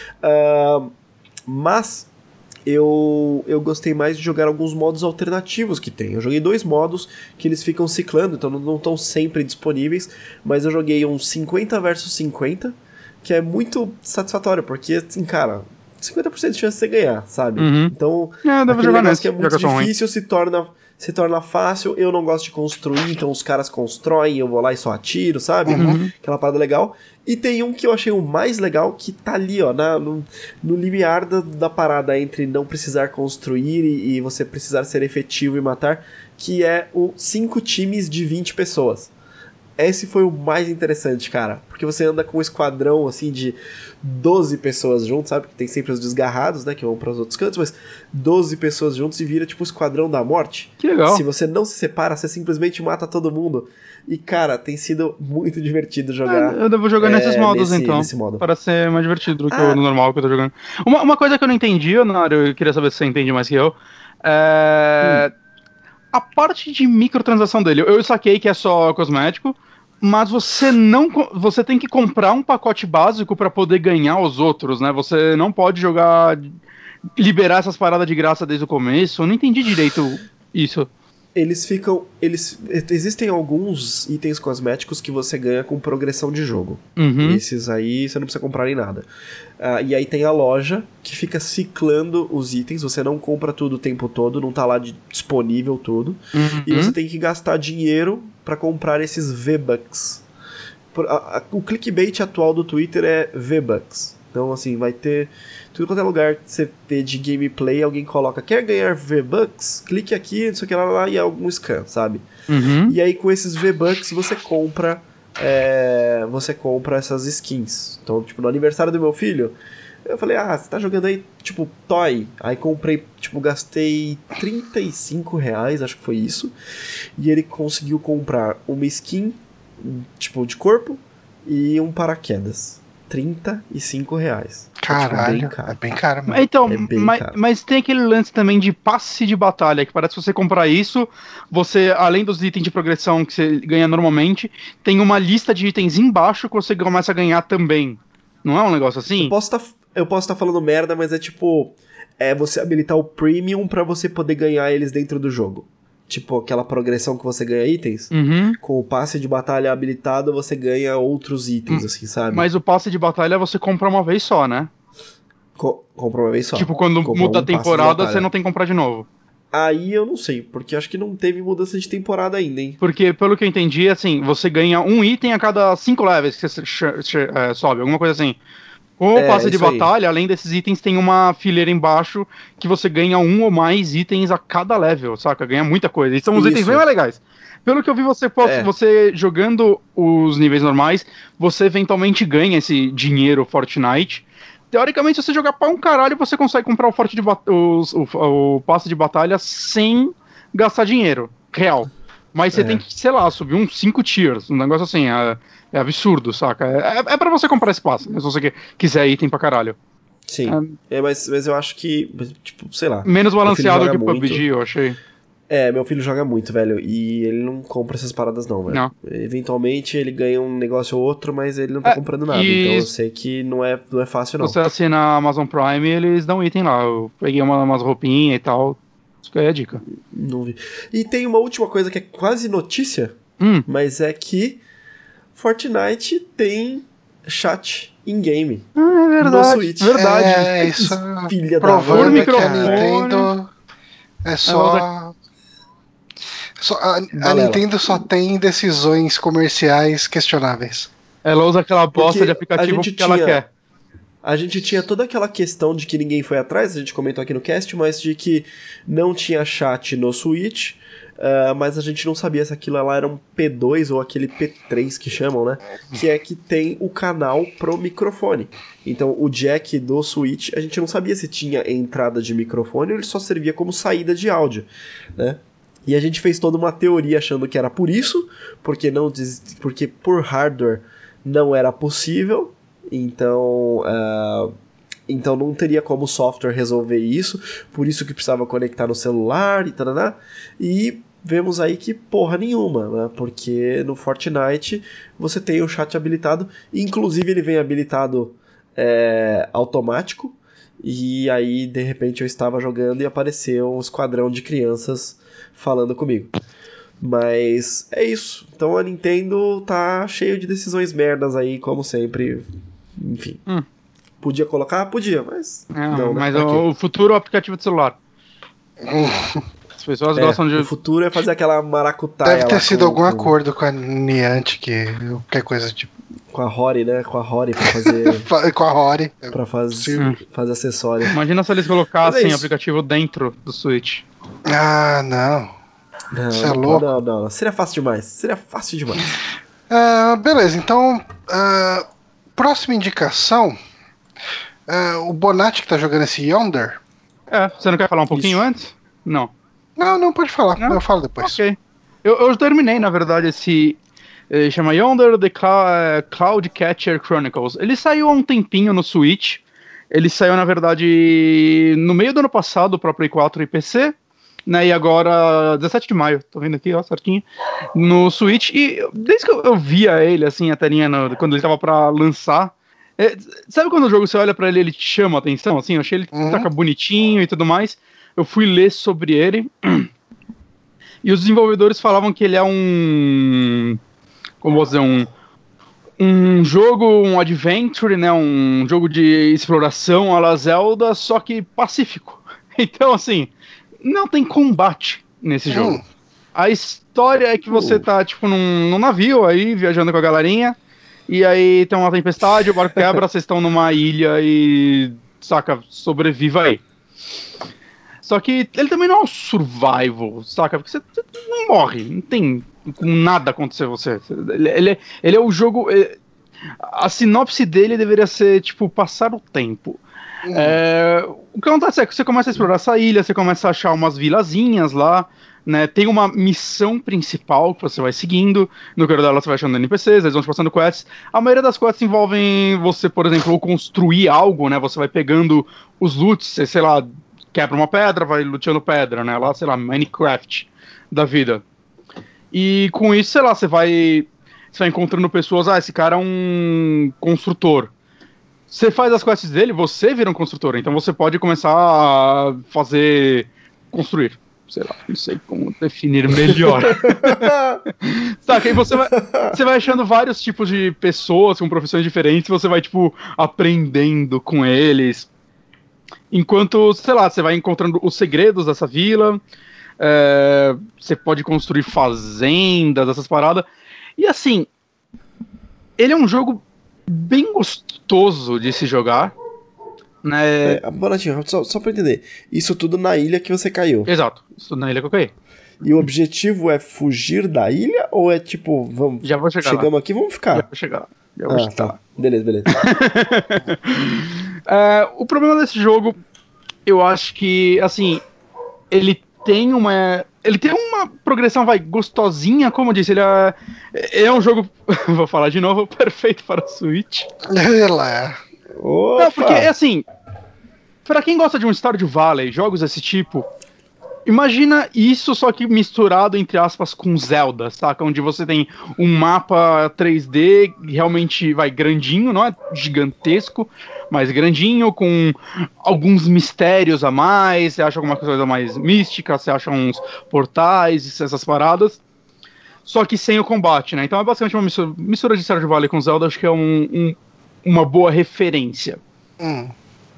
Speaker 3: Uh, mas eu, eu gostei mais de jogar alguns modos alternativos que tem. Eu joguei dois modos que eles ficam ciclando, então não estão sempre disponíveis, mas eu joguei um cinquenta versus cinquenta, que é muito satisfatório, porque, assim, cara, cinquenta por cento de chance de você ganhar, sabe?
Speaker 2: Uhum.
Speaker 3: Então,
Speaker 2: É, deve
Speaker 3: aquele
Speaker 2: jogar
Speaker 3: negócio
Speaker 2: nesse,
Speaker 3: que é muito
Speaker 2: já que eu sou
Speaker 3: difícil se torna, se torna fácil. Eu não gosto de construir, então os caras constroem, eu vou lá e só atiro, sabe?
Speaker 2: Uhum.
Speaker 3: Aquela parada legal. E tem um que eu achei o mais legal, que tá ali, ó, na, no, no limiar da, da parada entre não precisar construir e, e você precisar ser efetivo e matar, que é o cinco times de vinte pessoas. Esse foi o mais interessante, cara, porque você anda com um esquadrão, assim, de doze pessoas juntos, sabe? Tem sempre os desgarrados, né, que vão para os outros cantos, mas doze pessoas juntos e vira, tipo, o esquadrão da morte.
Speaker 2: Que legal.
Speaker 3: Se você não se separa, você simplesmente mata todo mundo. E, cara, tem sido muito divertido jogar.
Speaker 2: É, eu devo jogar
Speaker 3: é,
Speaker 2: nesses modos,
Speaker 3: nesse,
Speaker 2: então,
Speaker 3: nesse modo.
Speaker 2: para ser mais divertido do que
Speaker 3: Ah.
Speaker 2: o normal que eu tô jogando. Uma, uma coisa que eu não entendi, Onário, eu queria saber se você entende mais que eu, é... Hum. A parte de microtransação dele, eu saquei que é só cosmético, mas você não, você tem que comprar um pacote básico para poder ganhar os outros, né? Você não pode jogar, liberar essas paradas de graça desde o começo. Eu não entendi direito isso.
Speaker 3: Eles ficam, eles existem alguns itens cosméticos que você ganha com progressão de jogo.
Speaker 2: Uhum.
Speaker 3: Esses aí você não precisa comprar nem nada. Uh, e aí tem a loja que fica ciclando os itens. Você não compra tudo o tempo todo, não tá lá de, disponível tudo.
Speaker 2: Uhum.
Speaker 3: E você tem que gastar dinheiro para comprar esses V-Bucks. A, a, o clickbait atual do Twitter é V-Bucks. Então, assim, vai ter tudo quanto é lugar que você vê de gameplay, alguém coloca, quer ganhar V-Bucks? Clique aqui, não sei o que lá, lá, e é algum scan, sabe?
Speaker 2: Uhum.
Speaker 3: E aí, com esses V-Bucks, você compra é, você compra essas skins. Então, tipo, no aniversário do meu filho, eu falei, ah, você tá jogando aí, tipo, Toy. Aí comprei, tipo, gastei trinta e cinco reais, acho que foi isso. E ele conseguiu comprar uma skin, tipo, de corpo e um paraquedas. trinta e cinco reais.
Speaker 1: Caralho,
Speaker 3: é, tipo, bem caro.
Speaker 1: é bem caro, mano.
Speaker 2: Então,
Speaker 3: é bem
Speaker 2: mas,
Speaker 3: caro.
Speaker 2: mas tem aquele lance também de passe de batalha, que parece que você comprar isso, você, além dos itens de progressão que você ganha normalmente, tem uma lista de itens embaixo que você começa a ganhar também. Não é um negócio assim?
Speaker 3: Eu posso tá, eu posso estar tá falando merda, mas é tipo, é você habilitar o Premium pra você poder ganhar eles dentro do jogo. Tipo, aquela progressão que você ganha itens.
Speaker 2: Uhum.
Speaker 3: Com o passe de batalha habilitado, você ganha outros itens, hum. assim, sabe?
Speaker 2: Mas o passe de batalha você compra uma vez só, né?
Speaker 3: Co compra uma vez só.
Speaker 2: Tipo, quando
Speaker 3: compra
Speaker 2: muda
Speaker 3: um
Speaker 2: a temporada, você não tem que comprar de novo.
Speaker 3: Aí eu não sei, porque acho que não teve mudança de temporada ainda, hein?
Speaker 2: Porque, pelo que eu entendi, assim, você ganha um item a cada cinco levels que você é, sobe, alguma coisa assim. Com o é, passe de batalha, aí. Além desses itens, tem uma fileira embaixo que você ganha um ou mais itens a cada level, saca? Ganha muita coisa. E são os Isso. itens bem mais legais. Pelo que eu vi, você, é. você jogando os níveis normais, você eventualmente ganha esse dinheiro Fortnite. Teoricamente, se você jogar pra um caralho, você consegue comprar o, forte de o, o, o passe de batalha sem gastar dinheiro real. Mas você é. tem que, sei lá, subir uns cinco tiers, um negócio assim, é, é absurdo, saca? É, é pra você comprar esse passe, né, se você quiser item pra caralho.
Speaker 3: Sim, é, mas, mas eu acho que, tipo, sei lá...
Speaker 2: Menos balanceado que o P U B G, eu achei.
Speaker 3: É, meu filho joga muito, velho, e ele não compra essas paradas não, velho.
Speaker 2: Não.
Speaker 3: Eventualmente ele ganha um negócio ou outro, mas ele não tá é, comprando nada, então eu sei que não é, não é fácil não.
Speaker 2: Você assina a Amazon Prime, eles dão item lá, eu peguei uma, umas roupinhas e tal. Fica aí a dica.
Speaker 3: Não vi. E tem uma última coisa que é quase notícia,
Speaker 2: hum.
Speaker 3: mas é que Fortnite tem chat in-game.
Speaker 2: Ah, é verdade.
Speaker 3: No Switch.
Speaker 1: Verdade. É, isso
Speaker 3: filha
Speaker 1: provando
Speaker 3: da
Speaker 1: que a Nintendo é só... só a, a Nintendo só tem decisões comerciais questionáveis.
Speaker 2: Ela usa aquela bosta de aplicativo
Speaker 3: porque
Speaker 2: ela quer.
Speaker 3: A gente tinha toda aquela questão de que ninguém foi atrás, a gente comentou aqui no cast, mas de que não tinha chat no Switch, uh, mas a gente não sabia se aquilo lá era um P dois ou aquele P três que chamam, né? Que é que tem o canal pro microfone. Então o jack do Switch, a gente não sabia se tinha entrada de microfone ou ele só servia como saída de áudio, né? E a gente fez toda uma teoria achando que era por isso, porque, não, porque por hardware não era possível. Então, uh, então não teria como o software resolver isso, por isso que precisava conectar no celular e tal. E vemos aí que porra nenhuma, né? Porque no Fortnite você tem o chat habilitado, inclusive ele vem habilitado é, automático, e aí de repente eu estava jogando e apareceu um esquadrão de crianças falando comigo. Mas é isso. Então a Nintendo tá cheio de decisões merdas aí, como sempre. Enfim.
Speaker 2: Hum.
Speaker 3: Podia colocar? Podia, mas.
Speaker 2: É,
Speaker 3: não,
Speaker 2: mas
Speaker 3: né?
Speaker 2: o, o futuro é o aplicativo de celular. As pessoas
Speaker 3: é,
Speaker 2: gostam de.
Speaker 3: O futuro é fazer aquela maracutaia.
Speaker 1: Deve ter sido
Speaker 3: com,
Speaker 1: algum
Speaker 3: com...
Speaker 1: acordo com a Niantic, qualquer coisa tipo.
Speaker 3: Com a Rory, né? Com a Rory pra fazer.
Speaker 1: com a Rory.
Speaker 3: Pra fazer, hum. fazer acessório.
Speaker 2: Imagina se eles colocassem o é aplicativo dentro do Switch.
Speaker 1: Ah, não.
Speaker 3: Não,
Speaker 1: Você é louco?
Speaker 3: Não, não, não. Seria fácil demais. Seria fácil demais.
Speaker 1: Uh, beleza, então. Uh, próxima indicação. Uh, o Bonatti que tá jogando esse Yonder.
Speaker 2: É, você não quer falar um pouquinho Isso. antes? Não.
Speaker 1: Não, não, pode falar.
Speaker 2: Não?
Speaker 1: Eu falo depois.
Speaker 2: Ok. Eu, eu terminei, na verdade, esse. Ele chama Yonder The Cloud Catcher Chronicles. Ele saiu há um tempinho no Switch. Ele saiu, na verdade, no meio do ano passado para Play quatro e P C. Né, e agora, dezessete de maio, tô vendo aqui, ó, certinho, no Switch, e desde que eu, eu via ele, assim, a telinha, no, quando ele tava pra lançar, é, sabe quando o jogo você olha pra ele, ele te chama a atenção, assim, eu achei ele uhum. taca bonitinho e tudo mais, eu fui ler sobre ele, e os desenvolvedores falavam que ele é um, como vou dizer, um, um jogo, um adventure, né, um jogo de exploração à la Zelda, só que pacífico, então, assim... Não tem combate nesse jogo. Hum. A história é que você tá, tipo, num, num navio aí, viajando com a galerinha, e aí tem uma tempestade, o barco quebra, vocês estão numa ilha e, saca, sobreviva aí. Só que ele também não é um survival, saca? Porque você, você não morre, não tem nada acontecer com você. Ele, ele, ele é o jogo... Ele, a sinopse dele deveria ser, tipo, passar o tempo. Uhum. É, o que acontece é que você começa a explorar essa ilha, você começa a achar umas vilazinhas lá, né? Tem uma missão principal que você vai seguindo, no que dela você vai achando N P Cs, eles vão te passando quests. A maioria das quests envolvem você, por exemplo, ou construir algo, né? Você vai pegando os loots, você, sei lá, quebra uma pedra, vai luteando pedra, né? Lá, sei lá, Minecraft da vida. E com isso, sei lá, você vai, você vai encontrando pessoas, ah, esse cara é um construtor. Você faz as quests dele, você vira um construtor, então você pode começar a fazer... construir. Sei lá, não sei como definir melhor. Saca, aí você vai, você vai achando vários tipos de pessoas com profissões diferentes, você vai, tipo, aprendendo com eles. Enquanto, sei lá, você vai encontrando os segredos dessa vila, é, você pode construir fazendas, essas paradas. E assim, ele é um jogo bem gostoso de se jogar, né?
Speaker 3: É, Bonatinho, só, só pra entender, isso tudo na ilha que você caiu.
Speaker 2: Exato, isso tudo na ilha que eu caí.
Speaker 3: E o objetivo é fugir da ilha ou é tipo, vamos,
Speaker 2: já vou chegar
Speaker 3: chegamos
Speaker 2: lá.
Speaker 3: aqui, vamos ficar?
Speaker 2: Já vou chegar lá. Já vou
Speaker 3: ah,
Speaker 2: chegar
Speaker 3: tá.
Speaker 2: lá.
Speaker 3: Beleza, beleza.
Speaker 2: é, o problema desse jogo, eu acho que, assim, ele tem uma... Ele tem uma progressão, vai, gostosinha, como eu disse, ele é, ele é um jogo, vou falar de novo, perfeito para o Switch.
Speaker 1: Ela.
Speaker 2: Não, porque, assim, pra quem gosta de um Stardew Valley, jogos desse tipo, Imagina isso, só que misturado, entre aspas, com Zelda, saca? Onde você tem um mapa três D realmente, vai, grandinho, não é gigantesco, mas grandinho, com alguns mistérios a mais, você acha alguma coisa mais mística, você acha uns portais, essas paradas, só que sem o combate, né? Então é basicamente uma mistura, mistura de Stardew Valley com Zelda, acho que é um, um, uma boa referência.
Speaker 1: Hum.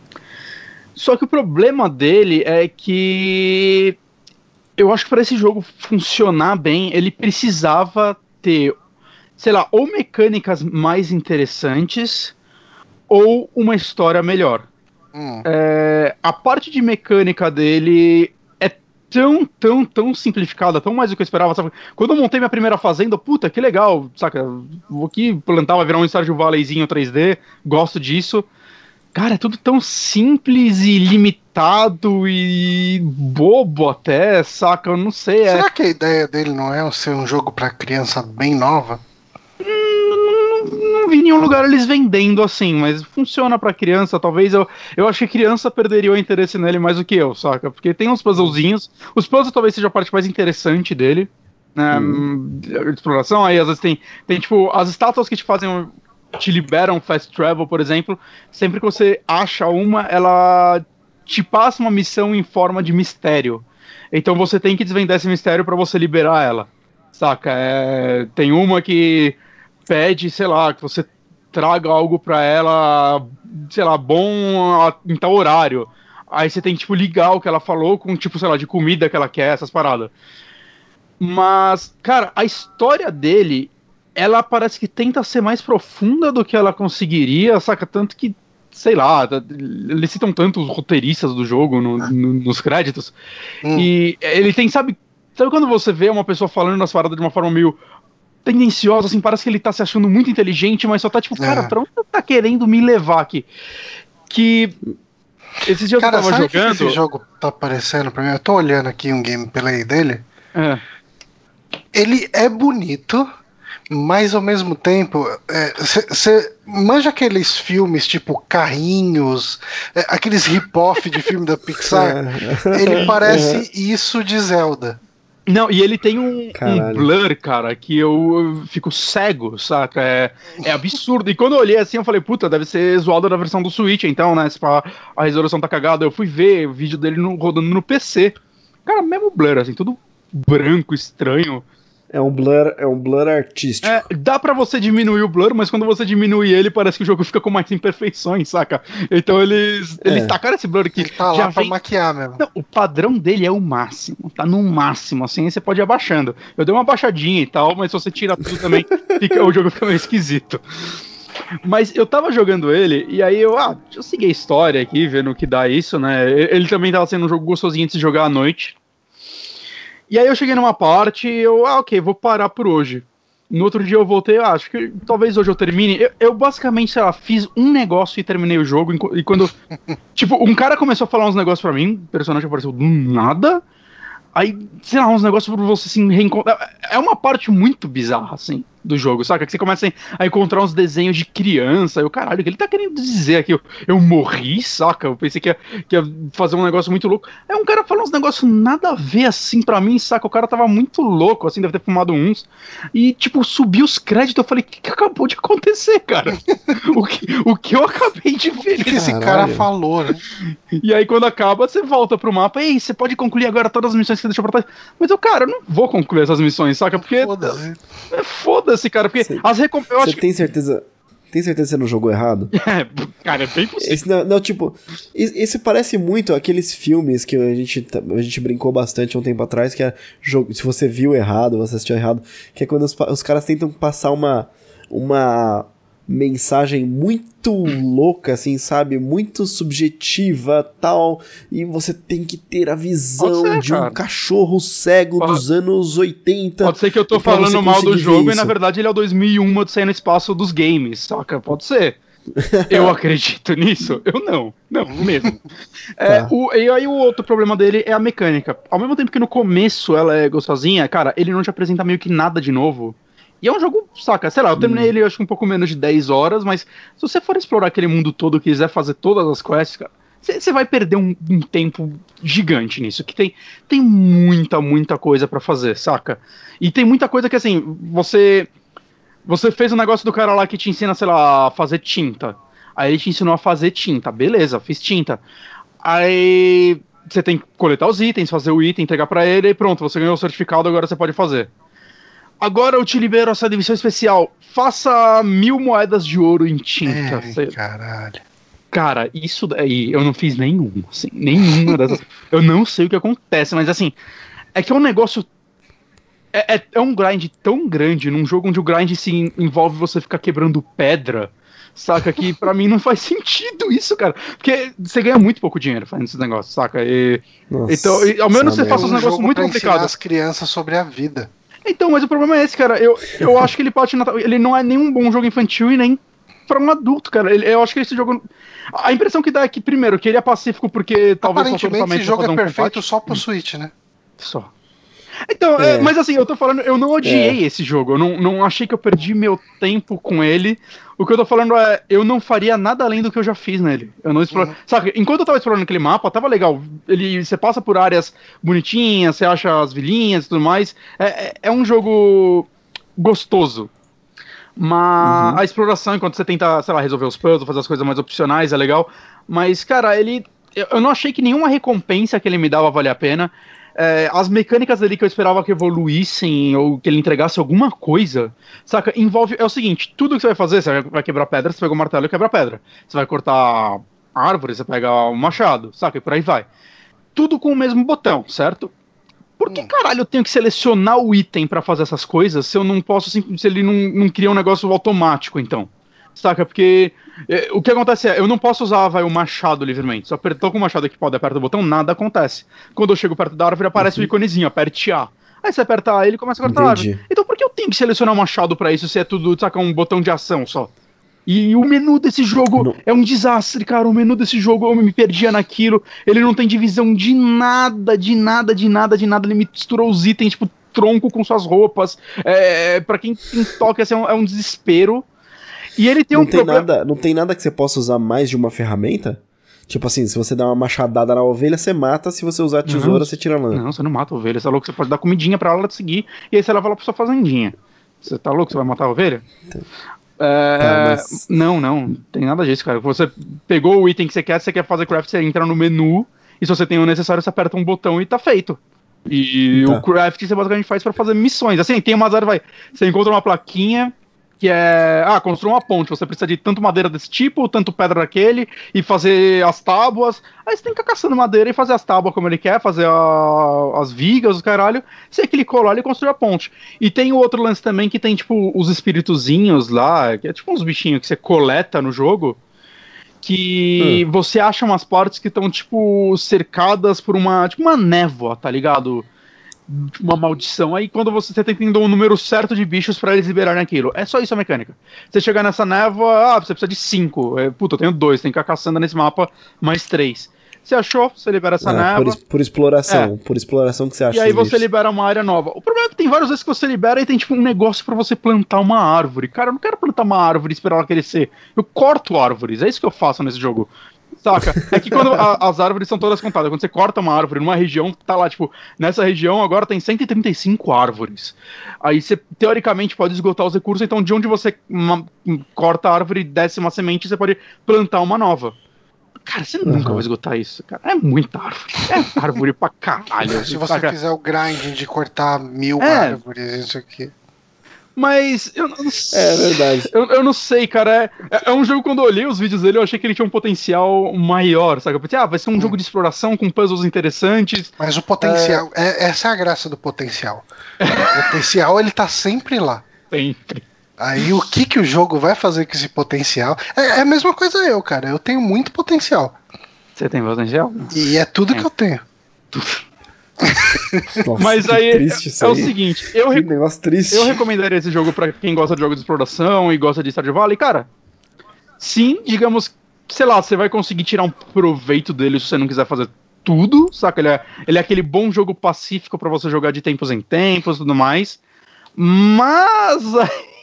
Speaker 2: Só que o problema dele é que eu acho que para esse jogo funcionar bem, ele precisava ter, sei lá, ou mecânicas mais interessantes ou uma história melhor. Hum. É, a parte de mecânica dele é tão, tão, tão simplificada, tão mais do que eu esperava, sabe? Quando eu montei minha primeira fazenda, puta, que legal, saca? Vou aqui plantar, vai virar um Stardew Valleyzinho três D, gosto disso. Cara, é tudo tão simples e limitado e bobo até, saca? Eu não sei.
Speaker 1: Será
Speaker 2: é...
Speaker 1: que a ideia dele não é ser um jogo pra criança bem nova?
Speaker 2: Hum, não, não vi em nenhum lugar eles vendendo assim, mas funciona pra criança. Talvez eu, eu acho que criança perderia o interesse nele mais do que eu, saca? Porque tem uns puzzlezinhos. Os puzzles talvez seja a parte mais interessante dele, né? Hum. Exploração, aí às vezes tem, tem tipo, as estátuas que te fazem... te liberam fast travel, por exemplo, sempre que você acha uma, ela te passa uma missão em forma de mistério. Então você tem que desvendar esse mistério pra você liberar ela, saca? É, tem uma que pede, sei lá, que você traga algo pra ela, sei lá, bom em tal horário. Aí você tem que, tipo, ligar o que ela falou com, tipo, sei lá, de comida que ela quer, essas paradas. Mas, cara, a história dele... ela parece que tenta ser mais profunda do que ela conseguiria, saca? Tanto que, sei lá, eles citam tanto os roteiristas do jogo no, no, nos créditos. Hum. E ele tem, sabe... Sabe quando você vê uma pessoa falando nas paradas de uma forma meio tendenciosa, assim, parece que ele tá se achando muito inteligente, mas só tá tipo, cara, é. pra onde você tá querendo me levar aqui? Que... Esses dias
Speaker 1: cara,
Speaker 2: eu tava
Speaker 1: sabe
Speaker 2: jogando...
Speaker 1: que esse jogo tá aparecendo pra mim? Eu tô olhando aqui um gameplay dele.
Speaker 2: É.
Speaker 1: Ele é bonito... mas ao mesmo tempo, você é, manja aqueles filmes tipo Carrinhos, é, aqueles rip-off de filme da Pixar? Ele parece isso de Zelda.
Speaker 2: Não, e ele tem um, um blur, cara, que eu, eu fico cego, saca? É, é absurdo. E quando eu olhei assim, eu falei, puta, deve ser zoado da versão do Switch, então, né? Se a resolução tá cagada. Eu fui ver o vídeo dele no, rodando no P C. Cara, mesmo blur, assim, tudo branco, estranho.
Speaker 3: É um blur, é um blur artístico.
Speaker 2: É, dá pra você diminuir o blur, mas quando você diminui ele, parece que o jogo fica com mais imperfeições, saca? Então eles, eles é. tacaram esse blur aqui.
Speaker 1: Ele tá
Speaker 2: já
Speaker 1: lá pra
Speaker 2: vem...
Speaker 1: maquiar mesmo.
Speaker 2: Não, o padrão dele é o máximo, tá no máximo, assim, você pode ir abaixando. Eu dei uma baixadinha e tal, mas se você tira tudo também, fica, o jogo fica meio esquisito. Mas eu tava jogando ele, e aí eu, ah, deixa eu seguir a história aqui, vendo o que dá isso, né? Ele também tava sendo um jogo gostosinho de se jogar à noite. E aí eu cheguei numa parte e eu, ah, ok, vou parar por hoje. No outro dia eu voltei, ah, acho que talvez hoje eu termine. Eu, eu basicamente, sei lá, fiz um negócio e terminei o jogo. E quando, tipo, um cara começou a falar uns negócios pra mim, o personagem apareceu do nada. Aí, sei lá, uns negócios pra você se reencontrar. É uma parte muito bizarra, assim, do jogo, saca? Que você começa a encontrar uns desenhos de criança. E o caralho, o que ele tá querendo dizer aqui? Eu, eu morri, saca? Eu pensei que ia, que ia fazer um negócio muito louco. Aí um cara falou uns negócios nada a ver, assim, pra mim, saca? O cara tava muito louco, assim, deve ter fumado uns. E, tipo, subiu os créditos. Eu falei, o que, que acabou de acontecer, cara? o, que, o que eu acabei de ver?
Speaker 1: O que esse cara falou, né?
Speaker 2: E aí, quando acaba, você volta pro mapa. Ei, você pode concluir agora todas as missões que você deixou pra trás. Mas eu, cara, eu não vou concluir essas missões, saca? Porque.
Speaker 1: Foda-se.
Speaker 2: É, foda-se, cara. Porque
Speaker 3: cê,
Speaker 2: as recompensas.
Speaker 3: Você tem certeza. Tem certeza que você não jogou errado?
Speaker 2: É, cara, é bem possível.
Speaker 3: Esse, não, não, tipo, esse parece muito aqueles filmes que a gente, a gente brincou bastante há um tempo atrás, que é jogo, se você viu errado, você assistiu errado, que é quando os, os caras tentam passar uma, uma mensagem muito louca, assim, sabe? Muito subjetiva, tal, e você tem que ter a visão ser, de um cara. cachorro cego Pode... dos anos oitenta.
Speaker 2: Pode ser que eu tô falando mal do jogo e na verdade ele é o dois mil e um Odisseia no Espaço dos games, saca? Pode ser. Eu acredito nisso? Eu não. Não, mesmo. É, tá. o, e aí o outro problema dele é a mecânica. Ao mesmo tempo que no começo ela é gostosinha, cara, ele não te apresenta meio que nada de novo. E é um jogo, saca, sei lá, eu terminei hum. ele acho que um pouco menos de dez horas, mas se você for explorar aquele mundo todo e quiser fazer todas as quests, cara, você vai perder um, um tempo gigante nisso, que tem, tem muita, muita coisa pra fazer, saca? E tem muita coisa que, assim, você você fez um negócio do cara lá que te ensina, sei lá, a fazer tinta. Aí ele te ensinou a fazer tinta, beleza, fiz tinta. Aí você tem que coletar os itens, fazer o item, entregar pra ele e pronto, você ganhou o certificado, agora você pode fazer. Agora eu te libero essa divisão especial, faça mil moedas de ouro em tinta.
Speaker 1: É, caralho.
Speaker 2: Cara, isso daí eu não fiz nenhum, assim, nenhuma dessas. Eu não sei o que acontece, mas assim, é que é um negócio. É, é, é um grind tão grande num jogo onde o grind se envolve você ficar quebrando pedra, saca? Que pra mim não faz sentido isso, cara. Porque você ganha muito pouco dinheiro fazendo esses negócios, saca? E,
Speaker 3: Nossa,
Speaker 2: então, e, ao menos você faça
Speaker 1: um
Speaker 2: uns negócios muito complicados.
Speaker 1: As crianças sobre a vida.
Speaker 2: Então, mas o problema é esse, cara. Eu, eu acho que ele pode. Ele não é nem um bom jogo infantil e nem pra um adulto, cara. Ele, eu acho que esse jogo. A impressão que dá é que, primeiro, que ele é pacífico porque talvez
Speaker 1: aparentemente esse jogo é um perfeito combate. Só pro Switch, né?
Speaker 2: Só. Então, é. É, mas assim, eu tô falando, eu não odiei é. esse jogo, eu não, não achei que eu perdi meu tempo com ele. O que eu tô falando é, eu não faria nada além do que eu já fiz nele. Eu não exploro. Uhum. Sabe, enquanto eu tava explorando aquele mapa, tava legal. Ele, você passa por áreas bonitinhas, você acha as vilinhas e tudo mais. É, é, é um jogo gostoso. Mas uhum. a exploração, enquanto você tenta, sei lá, resolver os puzzles, fazer as coisas mais opcionais, é legal. Mas, cara, ele. Eu não achei que nenhuma recompensa que ele me dava valia a pena. É, as mecânicas ali que eu esperava que evoluíssem ou que ele entregasse alguma coisa, saca? Envolve. É o seguinte: tudo que você vai fazer, você vai quebrar pedra, você pega o martelo e quebra pedra. Você vai cortar árvore, você pega o machado, saca? E por aí vai. Tudo com o mesmo botão, certo? Por que caralho eu tenho que selecionar o item pra fazer essas coisas se eu não posso, se ele não, não cria um negócio automático, então? Saca? Porque é, o que acontece é, eu não posso usar vai, o machado livremente. Se eu apertar com o machado aqui, pode apertar o botão, nada acontece. Quando eu chego perto da árvore, aparece o uhum. iconezinho, aperte A. Aí você aperta A, ele começa a cortar a árvore. Então por que eu tenho que selecionar o machado pra isso se é tudo, saca, um botão de ação só? E o menu desse jogo não. é um desastre, cara. O menu desse jogo, eu me perdia naquilo. Ele não tem divisão de nada, de nada, de nada, de nada. Ele misturou os itens, tipo, tronco com suas roupas. É, pra quem tem toque, assim, é, um, é um desespero. E ele tem
Speaker 3: não
Speaker 2: um
Speaker 3: tem
Speaker 2: problema...
Speaker 3: nada, não tem nada que você possa usar mais de uma ferramenta? Tipo assim, se você dá uma machadada na ovelha, você mata. Se você usar a tesoura, não, você tira a lã.
Speaker 2: Não, você não mata a ovelha. Você é louco, você pode dar comidinha pra ela te seguir. E aí você leva ela pra sua fazendinha. Você tá louco? Você vai matar a ovelha? Tem. É, tá, mas... Não, não, tem nada disso, cara. Você pegou o item que você quer, você quer fazer craft, você entra no menu, e se você tem o necessário, você aperta um botão e tá feito. E tá. O craft você basicamente faz pra fazer missões. Assim, tem umas áreas, vai, você encontra uma plaquinha que é, ah, construa uma ponte, você precisa de tanto madeira desse tipo, tanto pedra daquele, e fazer as tábuas. Aí você tem que ficar caçando madeira e fazer as tábuas como ele quer, fazer a, as vigas, os caralho. Você clicou lá e construiu a ponte. E tem o outro lance também que tem, tipo, os espíritozinhos lá, que é tipo uns bichinhos que você coleta no jogo, que hum. você acha umas partes que estão, tipo, cercadas por uma, tipo, uma névoa, tá ligado? Uma maldição, aí quando você, você tem que ter um número certo de bichos pra eles liberarem aquilo. É só isso a mecânica. Você chegar nessa névoa, ah, você precisa de cinco. É, puta, eu tenho dois, tem que ficar caçando nesse mapa mais três. Você achou, você libera essa ah, névoa.
Speaker 3: Por, por exploração, é. por exploração que você acha.
Speaker 2: E aí você
Speaker 3: bichos.
Speaker 2: libera uma área nova. O problema é que tem várias vezes que você libera e tem tipo um negócio pra você plantar uma árvore. Cara, eu não quero plantar uma árvore e esperar ela crescer. Eu corto árvores, é isso que eu faço nesse jogo. Saca? É que quando a, as árvores são todas contadas, quando você corta uma árvore numa região, tá lá, tipo, nessa região agora tem cento e trinta e cinco árvores. Aí você, teoricamente, pode esgotar os recursos, então de onde você uma, corta a árvore e desce uma semente, você pode plantar uma nova. Cara, você uhum. nunca vai esgotar isso, cara. É muita árvore. É árvore pra caralho.
Speaker 1: Se você saca? Fizer o grind de cortar mil é. árvores, isso aqui...
Speaker 2: Mas eu não sei.
Speaker 3: É verdade.
Speaker 2: Eu, eu não sei, cara. É, é um jogo, quando eu olhei os vídeos dele, eu achei que ele tinha um potencial maior, sabe? Eu pensei, ah, vai ser um hum. jogo de exploração com puzzles interessantes.
Speaker 1: Mas o potencial. É... É, essa é a graça do potencial. O potencial, ele tá sempre lá.
Speaker 2: Sempre.
Speaker 1: Aí o que, que o jogo vai fazer com esse potencial? É, é a mesma coisa eu, cara. Eu tenho muito potencial.
Speaker 2: Você tem potencial?
Speaker 1: E é tudo é. que eu tenho.
Speaker 2: Tudo. Nossa, mas aí é, é o seguinte, eu, rec... eu recomendaria esse jogo pra quem gosta de jogos de exploração e gosta de Stardew Valley. Cara, sim, digamos, sei lá, você vai conseguir tirar um proveito dele se você não quiser fazer tudo, saca? Ele é, ele é aquele bom jogo pacífico pra você jogar de tempos em tempos e tudo mais. Mas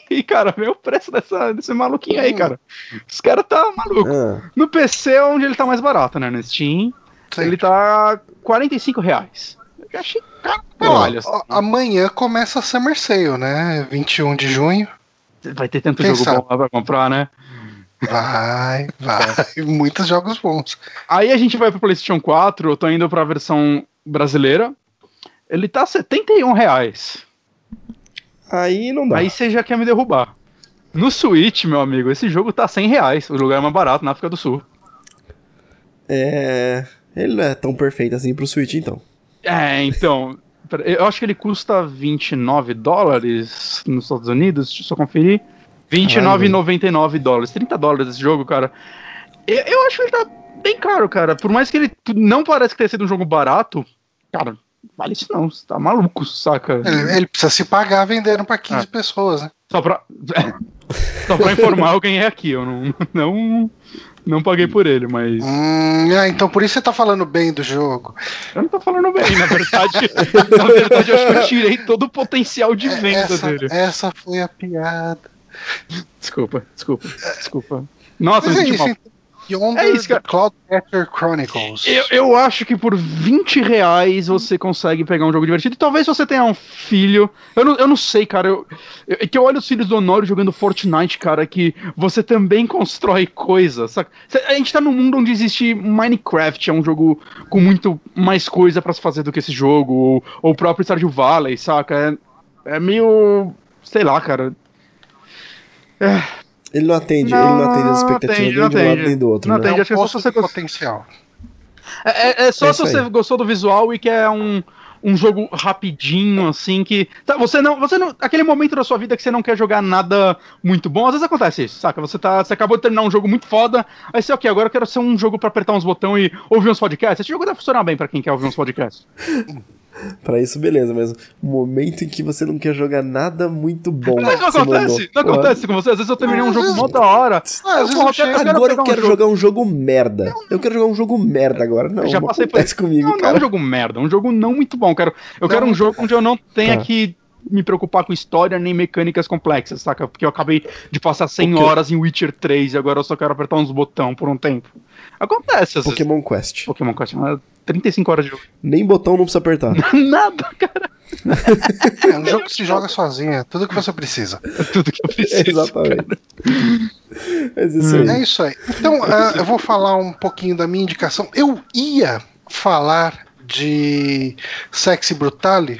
Speaker 2: E, cara, vê o preço dessa, desse maluquinho aí, cara. Os caras tá maluco. É. No P C é onde ele tá mais barato, né? No Steam, sim, ele tá quarenta e cinco reais. Eu achei caro, caralho. Assim.
Speaker 1: Amanhã começa a Summer Sale, né? vinte e um de junho.
Speaker 2: Vai ter tanto Quem jogo sabe? bom lá pra comprar, né?
Speaker 1: Vai, vai. Muitos jogos bons.
Speaker 2: Aí a gente vai pro PlayStation quatro, eu tô indo pra versão brasileira. Ele tá setenta e um reais.
Speaker 3: Aí não dá.
Speaker 2: Aí você já quer me derrubar. No Switch, meu amigo, esse jogo tá cem reais. O lugar é mais barato, na África do Sul.
Speaker 3: É... Ele não é tão perfeito assim pro Switch, então.
Speaker 2: É, então... Eu acho que ele custa vinte e nove dólares nos Estados Unidos. Deixa eu só conferir. vinte e nove reais e noventa e nove dólares. trinta dólares esse jogo, cara. Eu, eu acho que ele tá bem caro, cara. Por mais que ele não pareça que tenha sido um jogo barato, cara, vale isso não. Você tá maluco, saca?
Speaker 1: Ele, ele precisa se pagar vendendo pra quinze ah. pessoas, né?
Speaker 2: Só pra... Só pra informar, eu ganhei aqui. Eu não, não, não paguei por ele, mas...
Speaker 1: Hum, é, então por isso você tá falando bem do jogo.
Speaker 2: Eu não tô falando bem, na verdade. Na verdade, eu acho que eu tirei todo o potencial de venda
Speaker 1: essa,
Speaker 2: dele.
Speaker 1: Essa foi a piada.
Speaker 2: Desculpa, desculpa, desculpa. Nossa,
Speaker 1: mas
Speaker 2: me
Speaker 1: é
Speaker 2: senti
Speaker 1: isso,
Speaker 2: mal.
Speaker 1: Então. Yonder é isso, cara. Cloudcatcher Chronicles.
Speaker 2: Eu, eu acho que por vinte reais você consegue pegar um jogo divertido. E talvez você tenha um filho. Eu não, eu não sei, cara. Eu, eu, é que eu olho os filhos do Honório jogando Fortnite, cara, que você também constrói coisas. Saca? A gente tá num mundo onde existe Minecraft, é um jogo com muito mais coisa pra se fazer do que esse jogo. Ou, ou o próprio Stardew Valley, saca? É, é meio. Sei lá, cara.
Speaker 3: É. Ele não atende, não, ele não atende as expectativas atende, nem de um lado nem do outro.
Speaker 2: Não
Speaker 3: né?
Speaker 2: atende, acho que é só se você
Speaker 1: potencial.
Speaker 2: É, é, é só é se você aí. gostou do visual e quer um, um jogo rapidinho, assim, que. Tá, você não. Você não. Aquele momento da sua vida que você não quer jogar nada muito bom, às vezes acontece isso, saca? Você, tá, você acabou de terminar um jogo muito foda, aí você, ok, agora eu quero ser um jogo pra apertar uns botões e ouvir uns podcasts. Esse jogo deve funcionar bem pra quem quer ouvir uns podcasts.
Speaker 3: Pra isso, beleza, mas o momento em que você não quer jogar nada muito bom.
Speaker 2: Mas não acontece, não acontece com você. Às vezes eu terminei um jogo mó da hora.
Speaker 3: Ah, eu eu quero, agora eu quero um jogar um jogo merda. Não, eu quero jogar um jogo merda agora. Não,
Speaker 2: já passei por isso
Speaker 3: comigo,
Speaker 2: não,
Speaker 3: cara.
Speaker 2: Não, um jogo merda, um jogo não muito bom. Eu quero, eu não, quero um jogo onde eu não tenha tá. que me preocupar com história nem mecânicas complexas, saca? Porque eu acabei de passar cem horas em Witcher três e agora eu só quero apertar uns botões por um tempo. Acontece, às
Speaker 3: Pokémon
Speaker 2: vezes.
Speaker 3: Quest.
Speaker 2: Pokémon Quest, trinta e cinco horas de jogo.
Speaker 3: Nem botão não precisa apertar.
Speaker 2: Nada, cara.
Speaker 1: É um jogo que se joga sozinho, é tudo que você precisa.
Speaker 2: É tudo que eu preciso.
Speaker 3: Exatamente.
Speaker 1: Mas isso aí. É isso aí. Então, uh, eu vou falar um pouquinho da minha indicação. Eu ia falar de Sexy Brutale,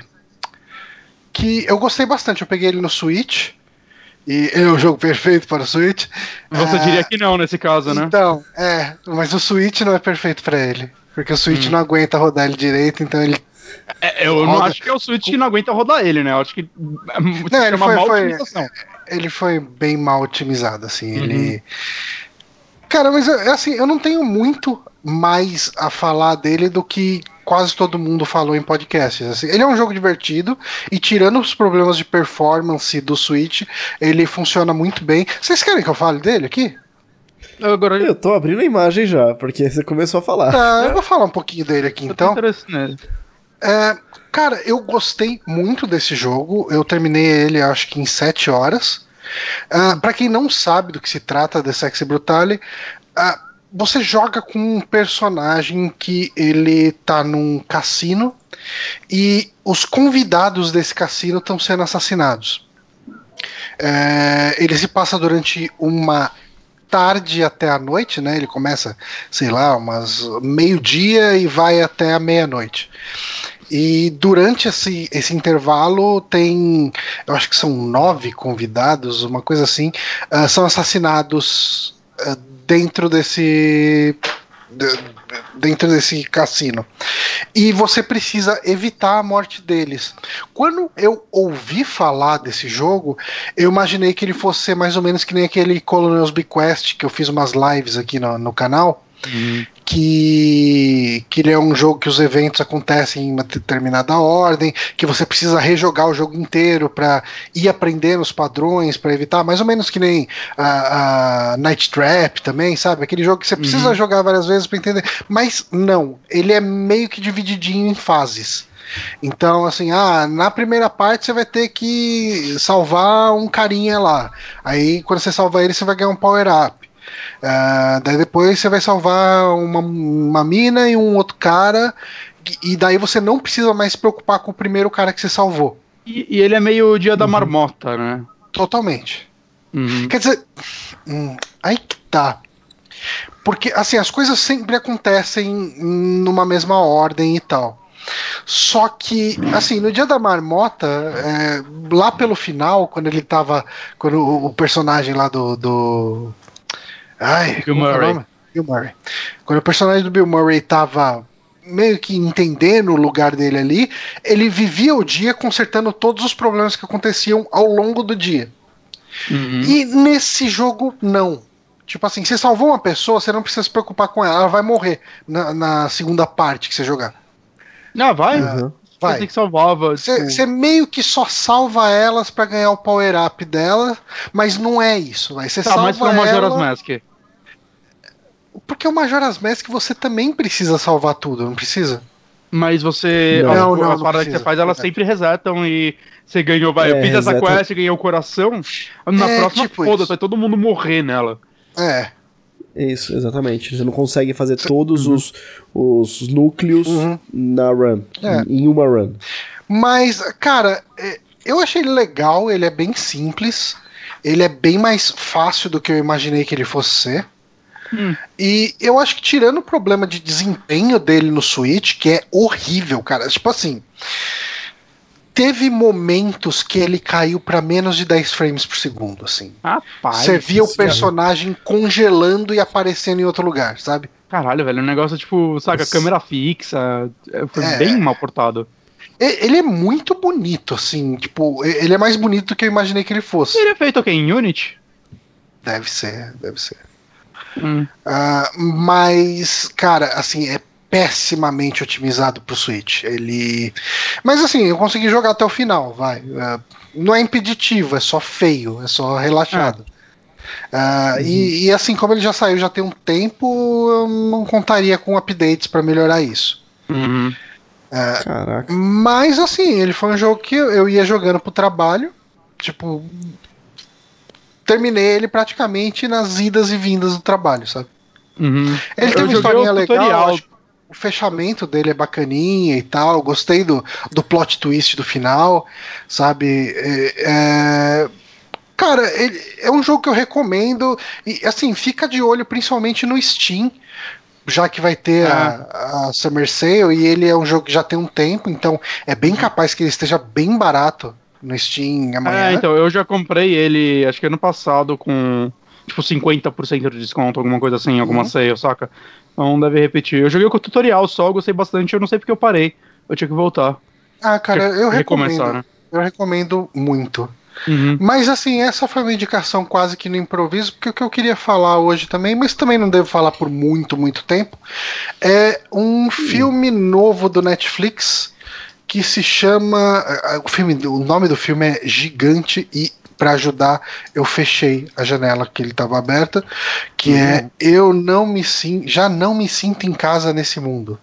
Speaker 1: que eu gostei bastante. Eu peguei ele no Switch. E é o jogo perfeito para o Switch.
Speaker 2: Você ah, diria que não nesse caso, né?
Speaker 1: Então, é, mas o Switch não é perfeito para ele. Porque o Switch hum. não aguenta rodar ele direito, então ele.
Speaker 2: É, eu roda... não acho que é o Switch que não aguenta rodar ele, né? Eu acho que.
Speaker 1: Não, ele foi, foi, ele foi bem mal otimizado, assim. Uhum. Ele. Cara, mas assim, eu não tenho muito mais a falar dele do que quase todo mundo falou em podcasts. Assim, ele é um jogo divertido e, tirando os problemas de performance do Switch, ele funciona muito bem. Vocês querem que eu fale dele aqui?
Speaker 3: Agora eu tô abrindo a imagem já, porque você começou a falar.
Speaker 1: Tá, eu vou falar um pouquinho dele aqui, eu então. É, cara, eu gostei muito desse jogo. Eu terminei ele, acho que em sete horas. Uh, pra quem não sabe do que se trata de Sexy Brutale, uh, você joga com um personagem que ele tá num cassino e os convidados desse cassino estão sendo assassinados. É, ele se passa durante uma tarde até a noite, né? Ele começa, sei lá, umas meio-dia e vai até a meia-noite. E durante esse, esse intervalo tem, eu acho que são nove convidados, uma coisa assim, uh, são assassinados uh, dentro desse de, dentro desse cassino. E você precisa evitar a morte deles. Quando eu ouvi falar desse jogo, eu imaginei que ele fosse ser mais ou menos que nem aquele Colonel's Bequest, que eu fiz umas lives aqui no, no canal. Uhum. Que, que ele é um jogo que os eventos acontecem em uma determinada ordem, que você precisa rejogar o jogo inteiro para ir aprendendo os padrões, para evitar, mais ou menos que nem a, a Night Trap também, sabe? Aquele jogo que você precisa uhum. jogar várias vezes para entender. Mas não, ele é meio que divididinho em fases. Então, assim, ah, na primeira parte você vai ter que salvar um carinha lá. Aí, quando você salvar ele, você vai ganhar um power-up. Uh, daí depois você vai salvar uma, uma mina e um outro cara. E daí você não precisa mais se preocupar com o primeiro cara que você salvou.
Speaker 2: E, e ele é meio o dia da marmota, né?
Speaker 1: Totalmente.
Speaker 2: Uhum.
Speaker 1: Quer dizer, hum, aí que tá. Porque, assim, as coisas sempre acontecem numa mesma ordem e tal. Só que, assim, no dia da marmota, é, lá pelo final, quando ele tava. Quando o, o personagem lá do. do ai,
Speaker 2: Bill Murray.
Speaker 1: Bill Murray. Quando o personagem do Bill Murray tava meio que entendendo o lugar dele ali, ele vivia o dia consertando todos os problemas que aconteciam ao longo do dia.
Speaker 2: Uhum.
Speaker 1: E nesse jogo, não. Tipo assim, você salvou uma pessoa, você não precisa se preocupar com ela, ela vai morrer na, na segunda parte que você jogar.
Speaker 2: Não, vai.
Speaker 1: Uhum. Vai.
Speaker 2: Você tem que salvava.
Speaker 1: Você
Speaker 2: tipo...
Speaker 1: meio que só salva elas pra ganhar o power-up dela, mas não é isso. Você
Speaker 2: tá,
Speaker 1: salva
Speaker 2: mas pra o Majora's
Speaker 1: ela...
Speaker 2: Mask.
Speaker 1: Porque o Majora's Mask você também precisa salvar tudo, não precisa?
Speaker 2: Mas você.
Speaker 1: Não,
Speaker 2: a,
Speaker 1: não,
Speaker 2: as
Speaker 1: não
Speaker 2: paradas que você faz, elas
Speaker 1: é.
Speaker 2: sempre resetam e você ganhou. Vai, eu
Speaker 3: É,
Speaker 2: fiz essa
Speaker 3: reseta.
Speaker 2: quest, ganhei o coração. Na
Speaker 1: É,
Speaker 2: próxima,
Speaker 1: tipo
Speaker 2: foda-se,
Speaker 1: isso.
Speaker 2: vai todo mundo morrer nela.
Speaker 1: É.
Speaker 3: Isso, exatamente. Você não consegue fazer todos
Speaker 2: Uhum.
Speaker 3: os, os núcleos
Speaker 1: Uhum.
Speaker 3: na run,
Speaker 1: É.
Speaker 3: em uma run.
Speaker 1: Mas, cara, eu achei ele legal, ele é bem simples, ele é bem mais fácil do que eu imaginei que ele fosse ser.
Speaker 2: Hum.
Speaker 1: E eu acho que tirando o problema de desempenho dele no Switch, que é horrível, cara, tipo assim, teve momentos que ele caiu pra menos de dez frames por segundo, assim.
Speaker 2: Rapaz.
Speaker 1: Você via o
Speaker 2: isso
Speaker 1: personagem congelando e aparecendo em outro lugar, sabe?
Speaker 2: Caralho, velho, um negócio tipo, saca,
Speaker 3: Nossa.
Speaker 2: câmera fixa. Foi
Speaker 1: É.
Speaker 2: bem mal portado.
Speaker 1: Ele é muito bonito, assim, tipo, ele é mais bonito do que eu imaginei que ele fosse.
Speaker 2: Ele é feito o quê? Em Unity?
Speaker 1: Deve ser, deve ser.
Speaker 2: Hum.
Speaker 1: Uh, mas, cara, assim, é pessimamente otimizado pro Switch. Ele. Mas assim, eu consegui jogar até o final, vai. Uh, não é impeditivo, é só feio, é só relaxado. Uh, uhum. e, e assim, como ele já saiu já tem um tempo, eu não contaria com updates pra melhorar isso.
Speaker 2: Uhum.
Speaker 1: Uh,
Speaker 3: Caraca.
Speaker 1: mas assim, ele foi um jogo que eu ia jogando pro trabalho, tipo. Terminei ele praticamente nas idas e vindas do trabalho, sabe?
Speaker 2: Uhum.
Speaker 1: Ele tem
Speaker 2: eu
Speaker 1: uma
Speaker 2: joguei
Speaker 1: historinha
Speaker 2: o
Speaker 1: legal,
Speaker 2: tutorial.
Speaker 1: acho, o fechamento dele é bacaninha e tal, gostei do, do plot twist do final, sabe? É, é... Cara, ele, é um jogo que eu recomendo e assim, fica de olho principalmente no Steam, já que vai ter
Speaker 2: ah.
Speaker 1: a, a Summer Sale e ele é um jogo que já tem um tempo, então é bem capaz que ele esteja bem barato no Steam amanhã.
Speaker 2: É, então, eu já comprei ele, acho que ano passado, com tipo cinquenta por cento de desconto, alguma coisa assim, alguma
Speaker 1: uhum.
Speaker 2: sale, saca? Então deve repetir. Eu joguei com o tutorial só, gostei bastante, eu não sei porque eu parei. Eu tinha que voltar.
Speaker 1: Ah, cara, eu recomendo.
Speaker 2: Né?
Speaker 1: Eu recomendo muito.
Speaker 2: Uhum.
Speaker 1: Mas assim, essa foi uma indicação quase que no improviso, porque o que eu queria falar hoje também, mas também não devo falar por muito, muito tempo, é um uhum. filme novo do Netflix que se chama. O, filme, o nome do filme é Gigante e para ajudar eu fechei a janela que ele estava aberta, que uhum. é Eu não me sinto, já não me sinto em casa nesse mundo.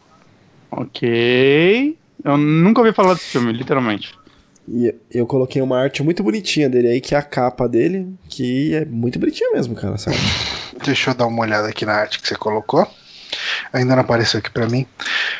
Speaker 2: Ok. Eu nunca ouvi falar desse filme, literalmente.
Speaker 3: E eu coloquei uma arte muito bonitinha dele aí, que é a capa dele, que é muito bonitinha mesmo, cara, sabe?
Speaker 1: Deixa eu dar uma olhada aqui na arte que você colocou. Ainda não apareceu aqui para mim.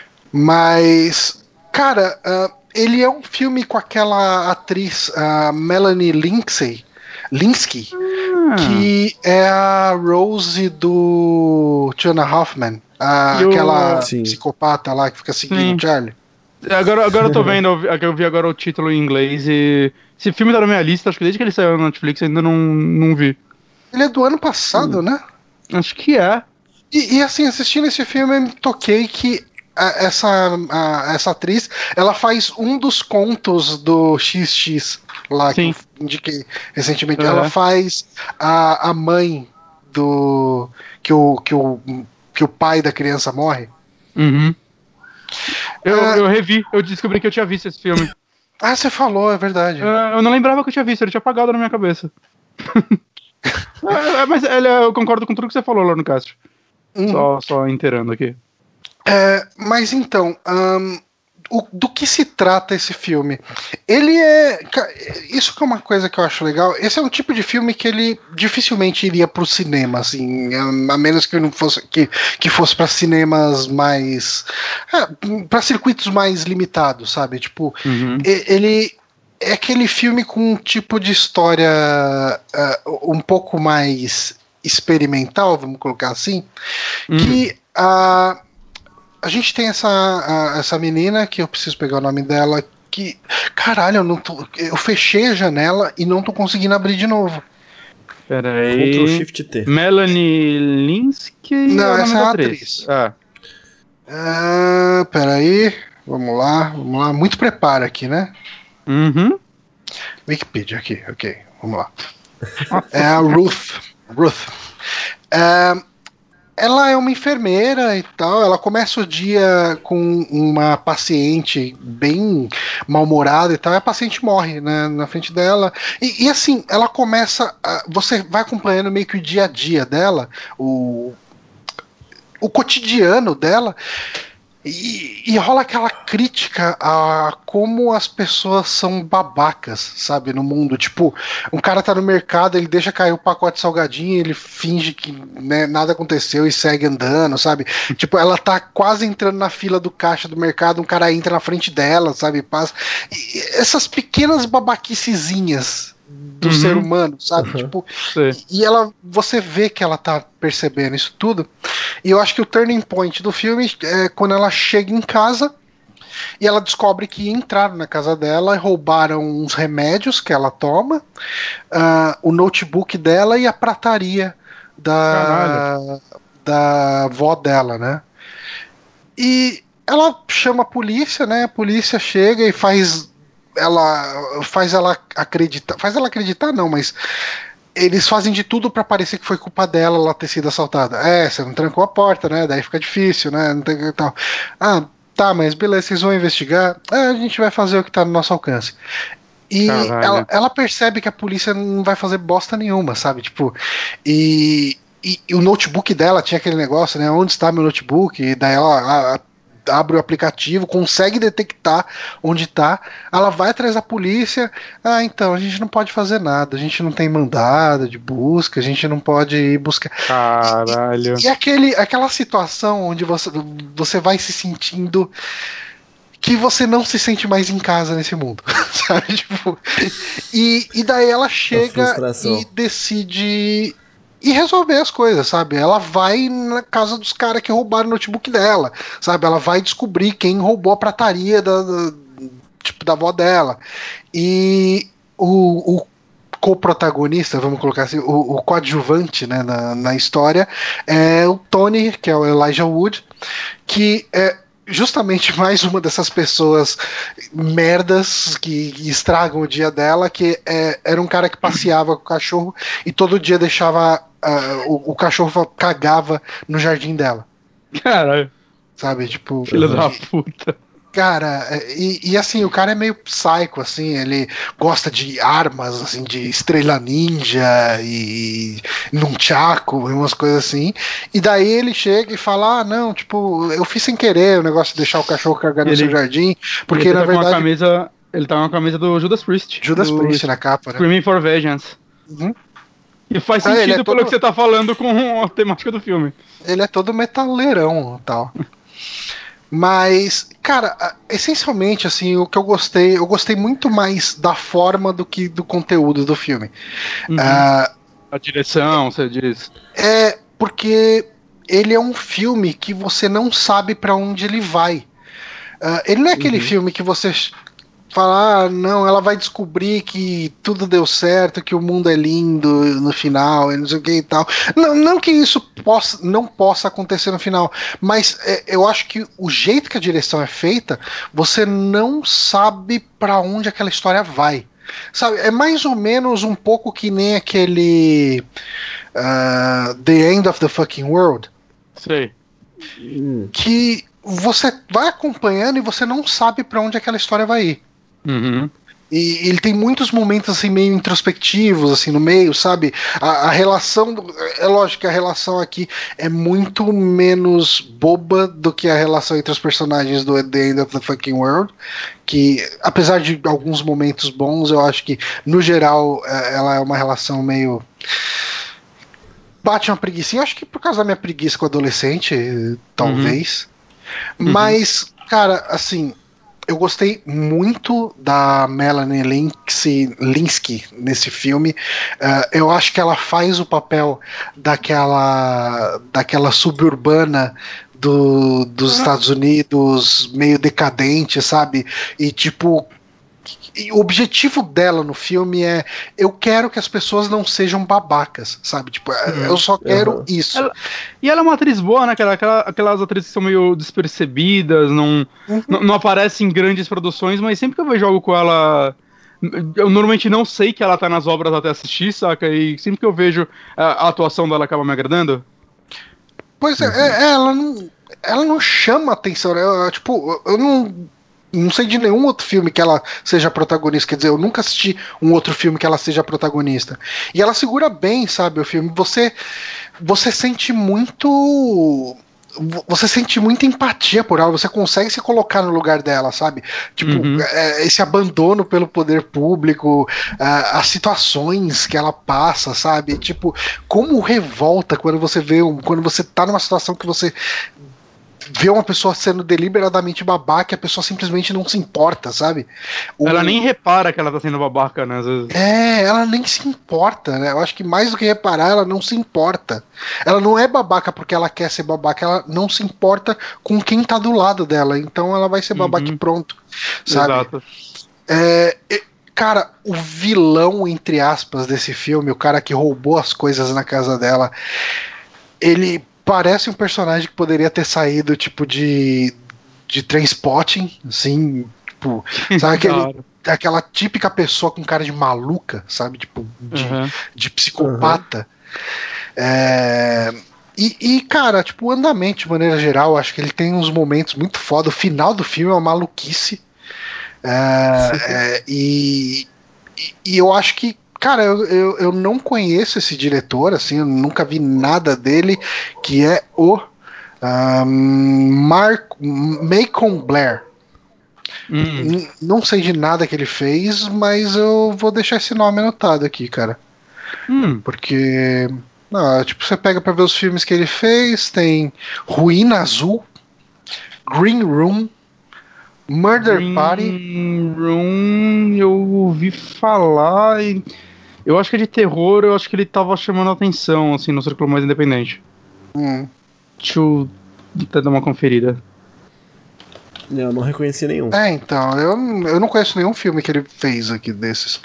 Speaker 1: Mas cara, uh, ele é um filme com aquela atriz uh, Melanie Linsky, Linsky ah. que é a Rose do Tiana Hoffman, uh,
Speaker 2: eu...
Speaker 1: aquela
Speaker 3: Sim.
Speaker 1: psicopata lá que fica seguindo o Charlie.
Speaker 2: Agora, agora eu tô vendo, eu vi agora o título em inglês e esse filme tá na minha lista, acho que desde que ele saiu na Netflix ainda não, não vi.
Speaker 1: Ele é do ano passado, hum. né?
Speaker 2: Acho que é.
Speaker 1: E, e assim, assistindo esse filme eu me toquei que A, essa, a, essa atriz, ela faz um dos contos do X X lá
Speaker 2: Sim.
Speaker 1: que eu indiquei recentemente.
Speaker 2: Uhum.
Speaker 1: Ela faz a, a mãe do que o, que, o, que o pai da criança morre.
Speaker 2: Uhum. Eu,
Speaker 1: é...
Speaker 2: eu revi, eu descobri que eu tinha visto esse filme.
Speaker 1: Ah, você falou, é verdade.
Speaker 2: É, eu não lembrava que eu tinha visto, ele tinha apagado na minha cabeça. é, mas ele, eu concordo com tudo que você falou lá no cast. Uhum. Só, só inteirando aqui.
Speaker 1: É, mas então, um, o, do que se trata esse filme? Ele é... Isso que é uma coisa que eu acho legal. Esse é um tipo de filme que ele dificilmente iria pro cinema, assim, a menos que não fosse que, que fosse para cinemas mais... É, para circuitos mais limitados, sabe? Tipo, uhum. ele... É aquele filme com um tipo de história uh, um pouco mais experimental, vamos colocar assim, uhum. que a, a gente tem essa, a, essa menina, que eu preciso pegar o nome dela, que, caralho, eu, não tô, eu fechei a janela e não tô conseguindo abrir de novo.
Speaker 2: Peraí.
Speaker 3: Ctrl Shift T.
Speaker 2: Melanie Linsky?
Speaker 1: Não, essa é a atriz. Ah. Uh, peraí, vamos lá, vamos lá. Muito preparo aqui, né?
Speaker 2: Uhum.
Speaker 1: Wikipedia aqui, ok, vamos lá. É a Ruth. Ruth. É, ela é uma enfermeira e tal. Ela começa o dia com uma paciente bem mal-humorada e tal. E a paciente morre, né, na frente dela. E, e assim, ela começa. A, você vai acompanhando meio que o dia a dia dela, o, o cotidiano dela. E, e rola aquela crítica a como as pessoas são babacas, sabe, no mundo. Tipo, um cara tá no mercado, ele deixa cair o pacote de salgadinho, ele finge que, né, nada aconteceu e segue andando, sabe? Tipo, ela tá quase entrando na fila do caixa do mercado, um cara entra na frente dela, sabe? Passa. E essas pequenas babaquicezinhas do uhum. ser humano, sabe? Uhum. Tipo, e ela, você vê que ela tá percebendo isso tudo. E eu acho que o turning point do filme é quando ela chega em casa e ela descobre que entraram na casa dela e roubaram uns remédios que ela toma, uh, o notebook dela e a prataria da, da avó dela, né? E ela chama a polícia, né? A polícia chega e faz ela faz ela acreditar, faz ela acreditar não, mas eles fazem de tudo pra parecer que foi culpa dela ela ter sido assaltada. É, você não trancou a porta, né? Daí fica difícil, né? Não tem tal. Ah, tá, mas beleza, vocês vão investigar. É, a gente vai fazer o que tá no nosso alcance. E ela, ela percebe que a polícia não vai fazer bosta nenhuma, sabe? Tipo, e, e, e o notebook dela tinha aquele negócio, né? Onde está meu notebook? E daí ela a, a, abre o aplicativo, consegue detectar onde tá, ela vai atrás da polícia. Ah, então, a gente não pode fazer nada, a gente não tem mandado de busca, a gente não pode ir buscar.
Speaker 2: Caralho.
Speaker 1: E, e aquele, aquela situação onde você, você vai se sentindo que você não se sente mais em casa nesse mundo, sabe? Tipo, e, e daí ela chega e decide e resolver as coisas, sabe? Ela vai na casa dos caras que roubaram o notebook dela, sabe? Ela vai descobrir quem roubou a prataria da, da, tipo, da avó dela. E o, o co-protagonista, vamos colocar assim, o, o coadjuvante, né, na, na história é o Tony, que é o Elijah Wood, que é justamente mais uma dessas pessoas merdas que, que estragam o dia dela, que é, era um cara que passeava com o cachorro e todo dia deixava uh, o, o cachorro cagava no jardim dela.
Speaker 2: Caralho.
Speaker 1: Sabe, tipo...
Speaker 2: Filho da puta.
Speaker 1: Cara, e, e assim, o cara é meio psycho, assim, ele gosta de armas, assim, de estrela ninja e nunchaku e umas coisas assim, e daí ele chega e fala, ah, não, tipo, eu fiz sem querer o negócio de deixar o cachorro cagar no ele, seu jardim, porque
Speaker 2: ele
Speaker 1: na
Speaker 2: tá
Speaker 1: verdade...
Speaker 2: Com a camisa, ele tá com a camisa do Judas Priest.
Speaker 1: Judas Priest na capa, né?
Speaker 2: Screaming for Vengeance.
Speaker 1: Uhum.
Speaker 2: E faz
Speaker 1: Ah,
Speaker 2: sentido
Speaker 1: é
Speaker 2: pelo
Speaker 1: todo...
Speaker 2: que você tá falando com a temática do filme.
Speaker 1: Ele é todo metaleirão e tal. Mas, cara, essencialmente, assim, o que eu gostei, eu gostei muito mais da forma do que do conteúdo do filme.
Speaker 2: Uhum.
Speaker 1: Uh,
Speaker 2: a direção, você diz.
Speaker 1: É, porque ele é um filme que você não sabe pra onde ele vai. Uh, ele não é aquele uhum. filme que você fala, ah, não, ela vai descobrir que tudo deu certo, que o mundo é lindo no final, e não sei o que e tal. Não, não que isso possa, não possa acontecer no final, mas é, eu acho que o jeito que a direção é feita, você não sabe pra onde aquela história vai. Sabe, é mais ou menos um pouco que nem aquele uh, The End of the Fucking World.
Speaker 2: Sei.
Speaker 1: Que você vai acompanhando e você não sabe pra onde aquela história vai ir.
Speaker 2: Uhum.
Speaker 1: E ele tem muitos momentos assim meio introspectivos assim no meio, sabe? A, a relação, é lógico que a relação aqui é muito menos boba do que a relação entre os personagens do The End of the Fucking World, que apesar de alguns momentos bons, eu acho que no geral ela é uma relação meio bate uma preguiça. Acho que por causa da minha preguiça com adolescente, talvez. Uhum. Mas, cara, assim, eu gostei muito da Melanie Lynskey, Lynskey nesse filme. Uh, eu acho que ela faz o papel daquela, daquela suburbana do, dos Estados Unidos, meio decadente, sabe? E tipo, e o objetivo dela no filme é: eu quero que as pessoas não sejam babacas, sabe? Tipo, uhum, eu só quero uhum. isso.
Speaker 2: Ela, e ela é uma atriz boa, né? Aquela, aquela, aquelas atrizes que são meio despercebidas, não, uhum. não, não aparecem em grandes produções, mas sempre que eu vejo algo com ela, eu normalmente não sei que ela tá nas obras até assistir, saca? E sempre que eu vejo a, a atuação dela acaba me agradando.
Speaker 1: Pois é, uhum. é ela não, ela não chama atenção, né? Eu, tipo, eu não... Não sei de nenhum outro filme que ela seja protagonista. Quer dizer, eu nunca assisti um outro filme que ela seja protagonista. E ela segura bem, sabe, o filme. Você, você sente muito... Você sente muita empatia por ela. Você consegue se colocar no lugar dela, sabe? Tipo, uhum. esse abandono pelo poder público, as situações que ela passa, sabe? Tipo, como revolta quando você vê... Um, quando você tá numa situação que você... ver uma pessoa sendo deliberadamente babaca e a pessoa simplesmente não se importa, sabe?
Speaker 2: O... Ela nem repara que ela tá sendo babaca, né? Às vezes.
Speaker 1: É, ela nem se importa, né? Eu acho que mais do que reparar, ela não se importa. Ela não é babaca porque ela quer ser babaca, ela não se importa com quem tá do lado dela, então ela vai ser babaca uhum. e pronto, sabe?
Speaker 2: Exato.
Speaker 1: É... Cara, o vilão, entre aspas, desse filme, o cara que roubou as coisas na casa dela, ele parece um personagem que poderia ter saído, tipo, de, de Trainspotting, assim, tipo, sabe aquele, aquela típica pessoa com cara de maluca, sabe, tipo, de, uhum. de psicopata. Uhum. É, e, e, cara, tipo, o andamento, de maneira geral, acho que ele tem uns momentos muito foda. O final do filme é uma maluquice. É, é, e, e, e eu acho que cara, eu, eu, eu não conheço esse diretor, assim, eu nunca vi nada dele, que é o um, Mark Macon Blair. Hum. Não sei de nada que ele fez, mas eu vou deixar esse nome anotado aqui, cara. Hum. Porque, não, tipo, você pega pra ver os filmes que ele fez, tem Ruína Azul, Green Room, Murder
Speaker 2: Green
Speaker 1: Party.
Speaker 2: Green Room, eu ouvi falar e... Eu acho que é de terror, eu acho que ele tava chamando a atenção, assim, no círculo mais independente.
Speaker 1: Hum.
Speaker 2: Deixa eu até dar uma conferida.
Speaker 3: Eu não reconheci nenhum.
Speaker 1: É, então, eu, eu não conheço nenhum filme que ele fez aqui desses.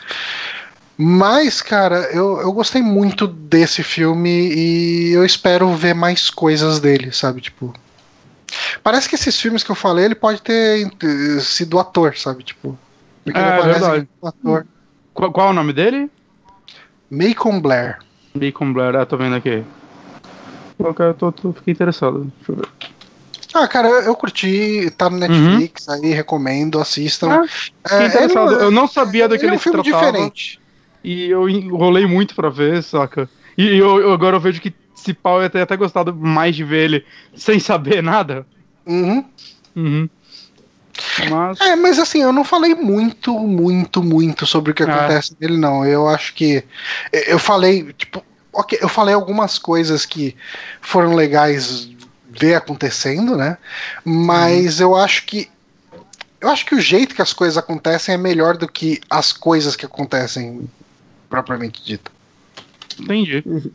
Speaker 1: Mas, cara, eu, eu gostei muito desse filme e eu espero ver mais coisas dele, sabe? Tipo, parece que esses filmes que eu falei, ele pode ter sido ator, sabe? Tipo, porque
Speaker 2: é,
Speaker 1: ele aparece
Speaker 2: verdade.
Speaker 1: como ator.
Speaker 2: Qual, qual é o nome dele?
Speaker 1: Macon Blair.
Speaker 2: Macon Blair, ah, tô vendo aqui. Eu tô, tô, fiquei interessado. Deixa eu ver.
Speaker 1: Ah, cara, eu, eu curti, tá no Netflix, uhum. aí recomendo, assistam.
Speaker 2: Ah, fiquei é, interessado. É, eu não sabia do que ele,
Speaker 1: ele é um filme
Speaker 2: se tratava,
Speaker 1: diferente.
Speaker 2: E eu enrolei muito pra ver, saca? E eu, eu agora eu vejo que se pau eu ia ter até gostado mais de ver ele sem saber nada.
Speaker 1: Uhum.
Speaker 2: Uhum. Mas...
Speaker 1: É, mas assim, eu não falei muito, muito, muito sobre o que acontece é. nele, não. Eu acho que. Eu falei, tipo, ok, eu falei algumas coisas que foram legais ver acontecendo, né? Mas uhum. eu acho que. Eu acho que o jeito que as coisas acontecem é melhor do que as coisas que acontecem propriamente dito.
Speaker 2: Entendi.
Speaker 1: Uhum.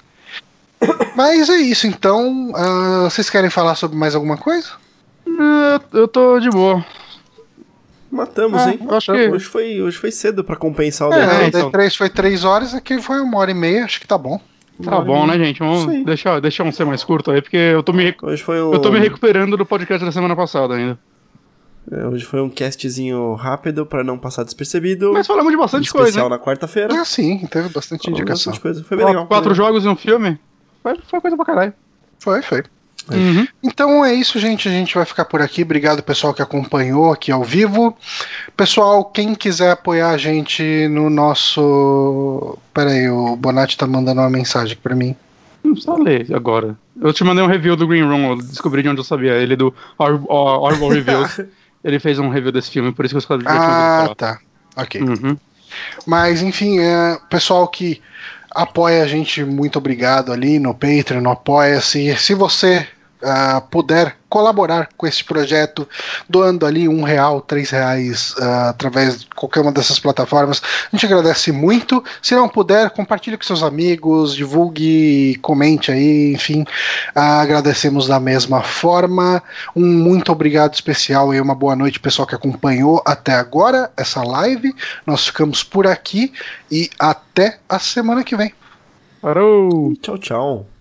Speaker 1: Mas é isso, então. Uh, vocês querem falar sobre mais alguma coisa?
Speaker 2: Eu tô de boa.
Speaker 3: Matamos,
Speaker 2: ah,
Speaker 3: hein?
Speaker 2: Acho que...
Speaker 3: hoje, foi, hoje foi cedo pra compensar o
Speaker 1: é,
Speaker 3: demais.
Speaker 1: É, então. três foi três horas, aqui foi uma hora e meia, acho que tá bom.
Speaker 2: Tá bom, né, gente? Vamos deixar, deixar um ser mais curto aí, porque eu tô me, recu...
Speaker 3: hoje foi um...
Speaker 2: eu tô me recuperando do podcast da semana passada ainda.
Speaker 3: É, hoje foi um castzinho rápido pra não passar despercebido.
Speaker 2: Mas falamos de bastante
Speaker 3: especial
Speaker 2: coisa.
Speaker 3: Especial na quarta-feira.
Speaker 1: Ah, sim, teve bastante indicação.
Speaker 3: Bastante coisa. Foi bem legal.
Speaker 2: Quatro
Speaker 3: foi
Speaker 2: jogos e um filme? Foi, foi coisa pra caralho.
Speaker 1: Foi, foi. Uhum. Então é isso, gente. A gente vai ficar por aqui. Obrigado, pessoal, que acompanhou aqui ao vivo. Pessoal, quem quiser apoiar a gente no nosso... Pera aí, o Bonatti tá mandando uma mensagem aqui pra mim.
Speaker 2: Não precisa ler agora. Eu te mandei um review do Green Room, eu descobri de onde eu sabia. Ele do Horrible Reviews. Ele fez um review desse filme, por isso que eu já tinha ouvido falar.
Speaker 1: Ah, tá. Ok. Uhum. Mas, enfim, é, pessoal que apoia a gente, muito obrigado ali no Patreon, no Apoia-se. Se você uh, puder colaborar com esse projeto, doando ali um real, três reais, uh, através de qualquer uma dessas plataformas, a gente agradece muito. Se não puder, compartilhe com seus amigos, divulgue, comente aí, enfim, uh, agradecemos da mesma forma. Um muito obrigado especial e uma boa noite, pessoal que acompanhou até agora essa live. Nós ficamos por aqui e até a semana que vem.
Speaker 2: Parou!
Speaker 3: Tchau, tchau.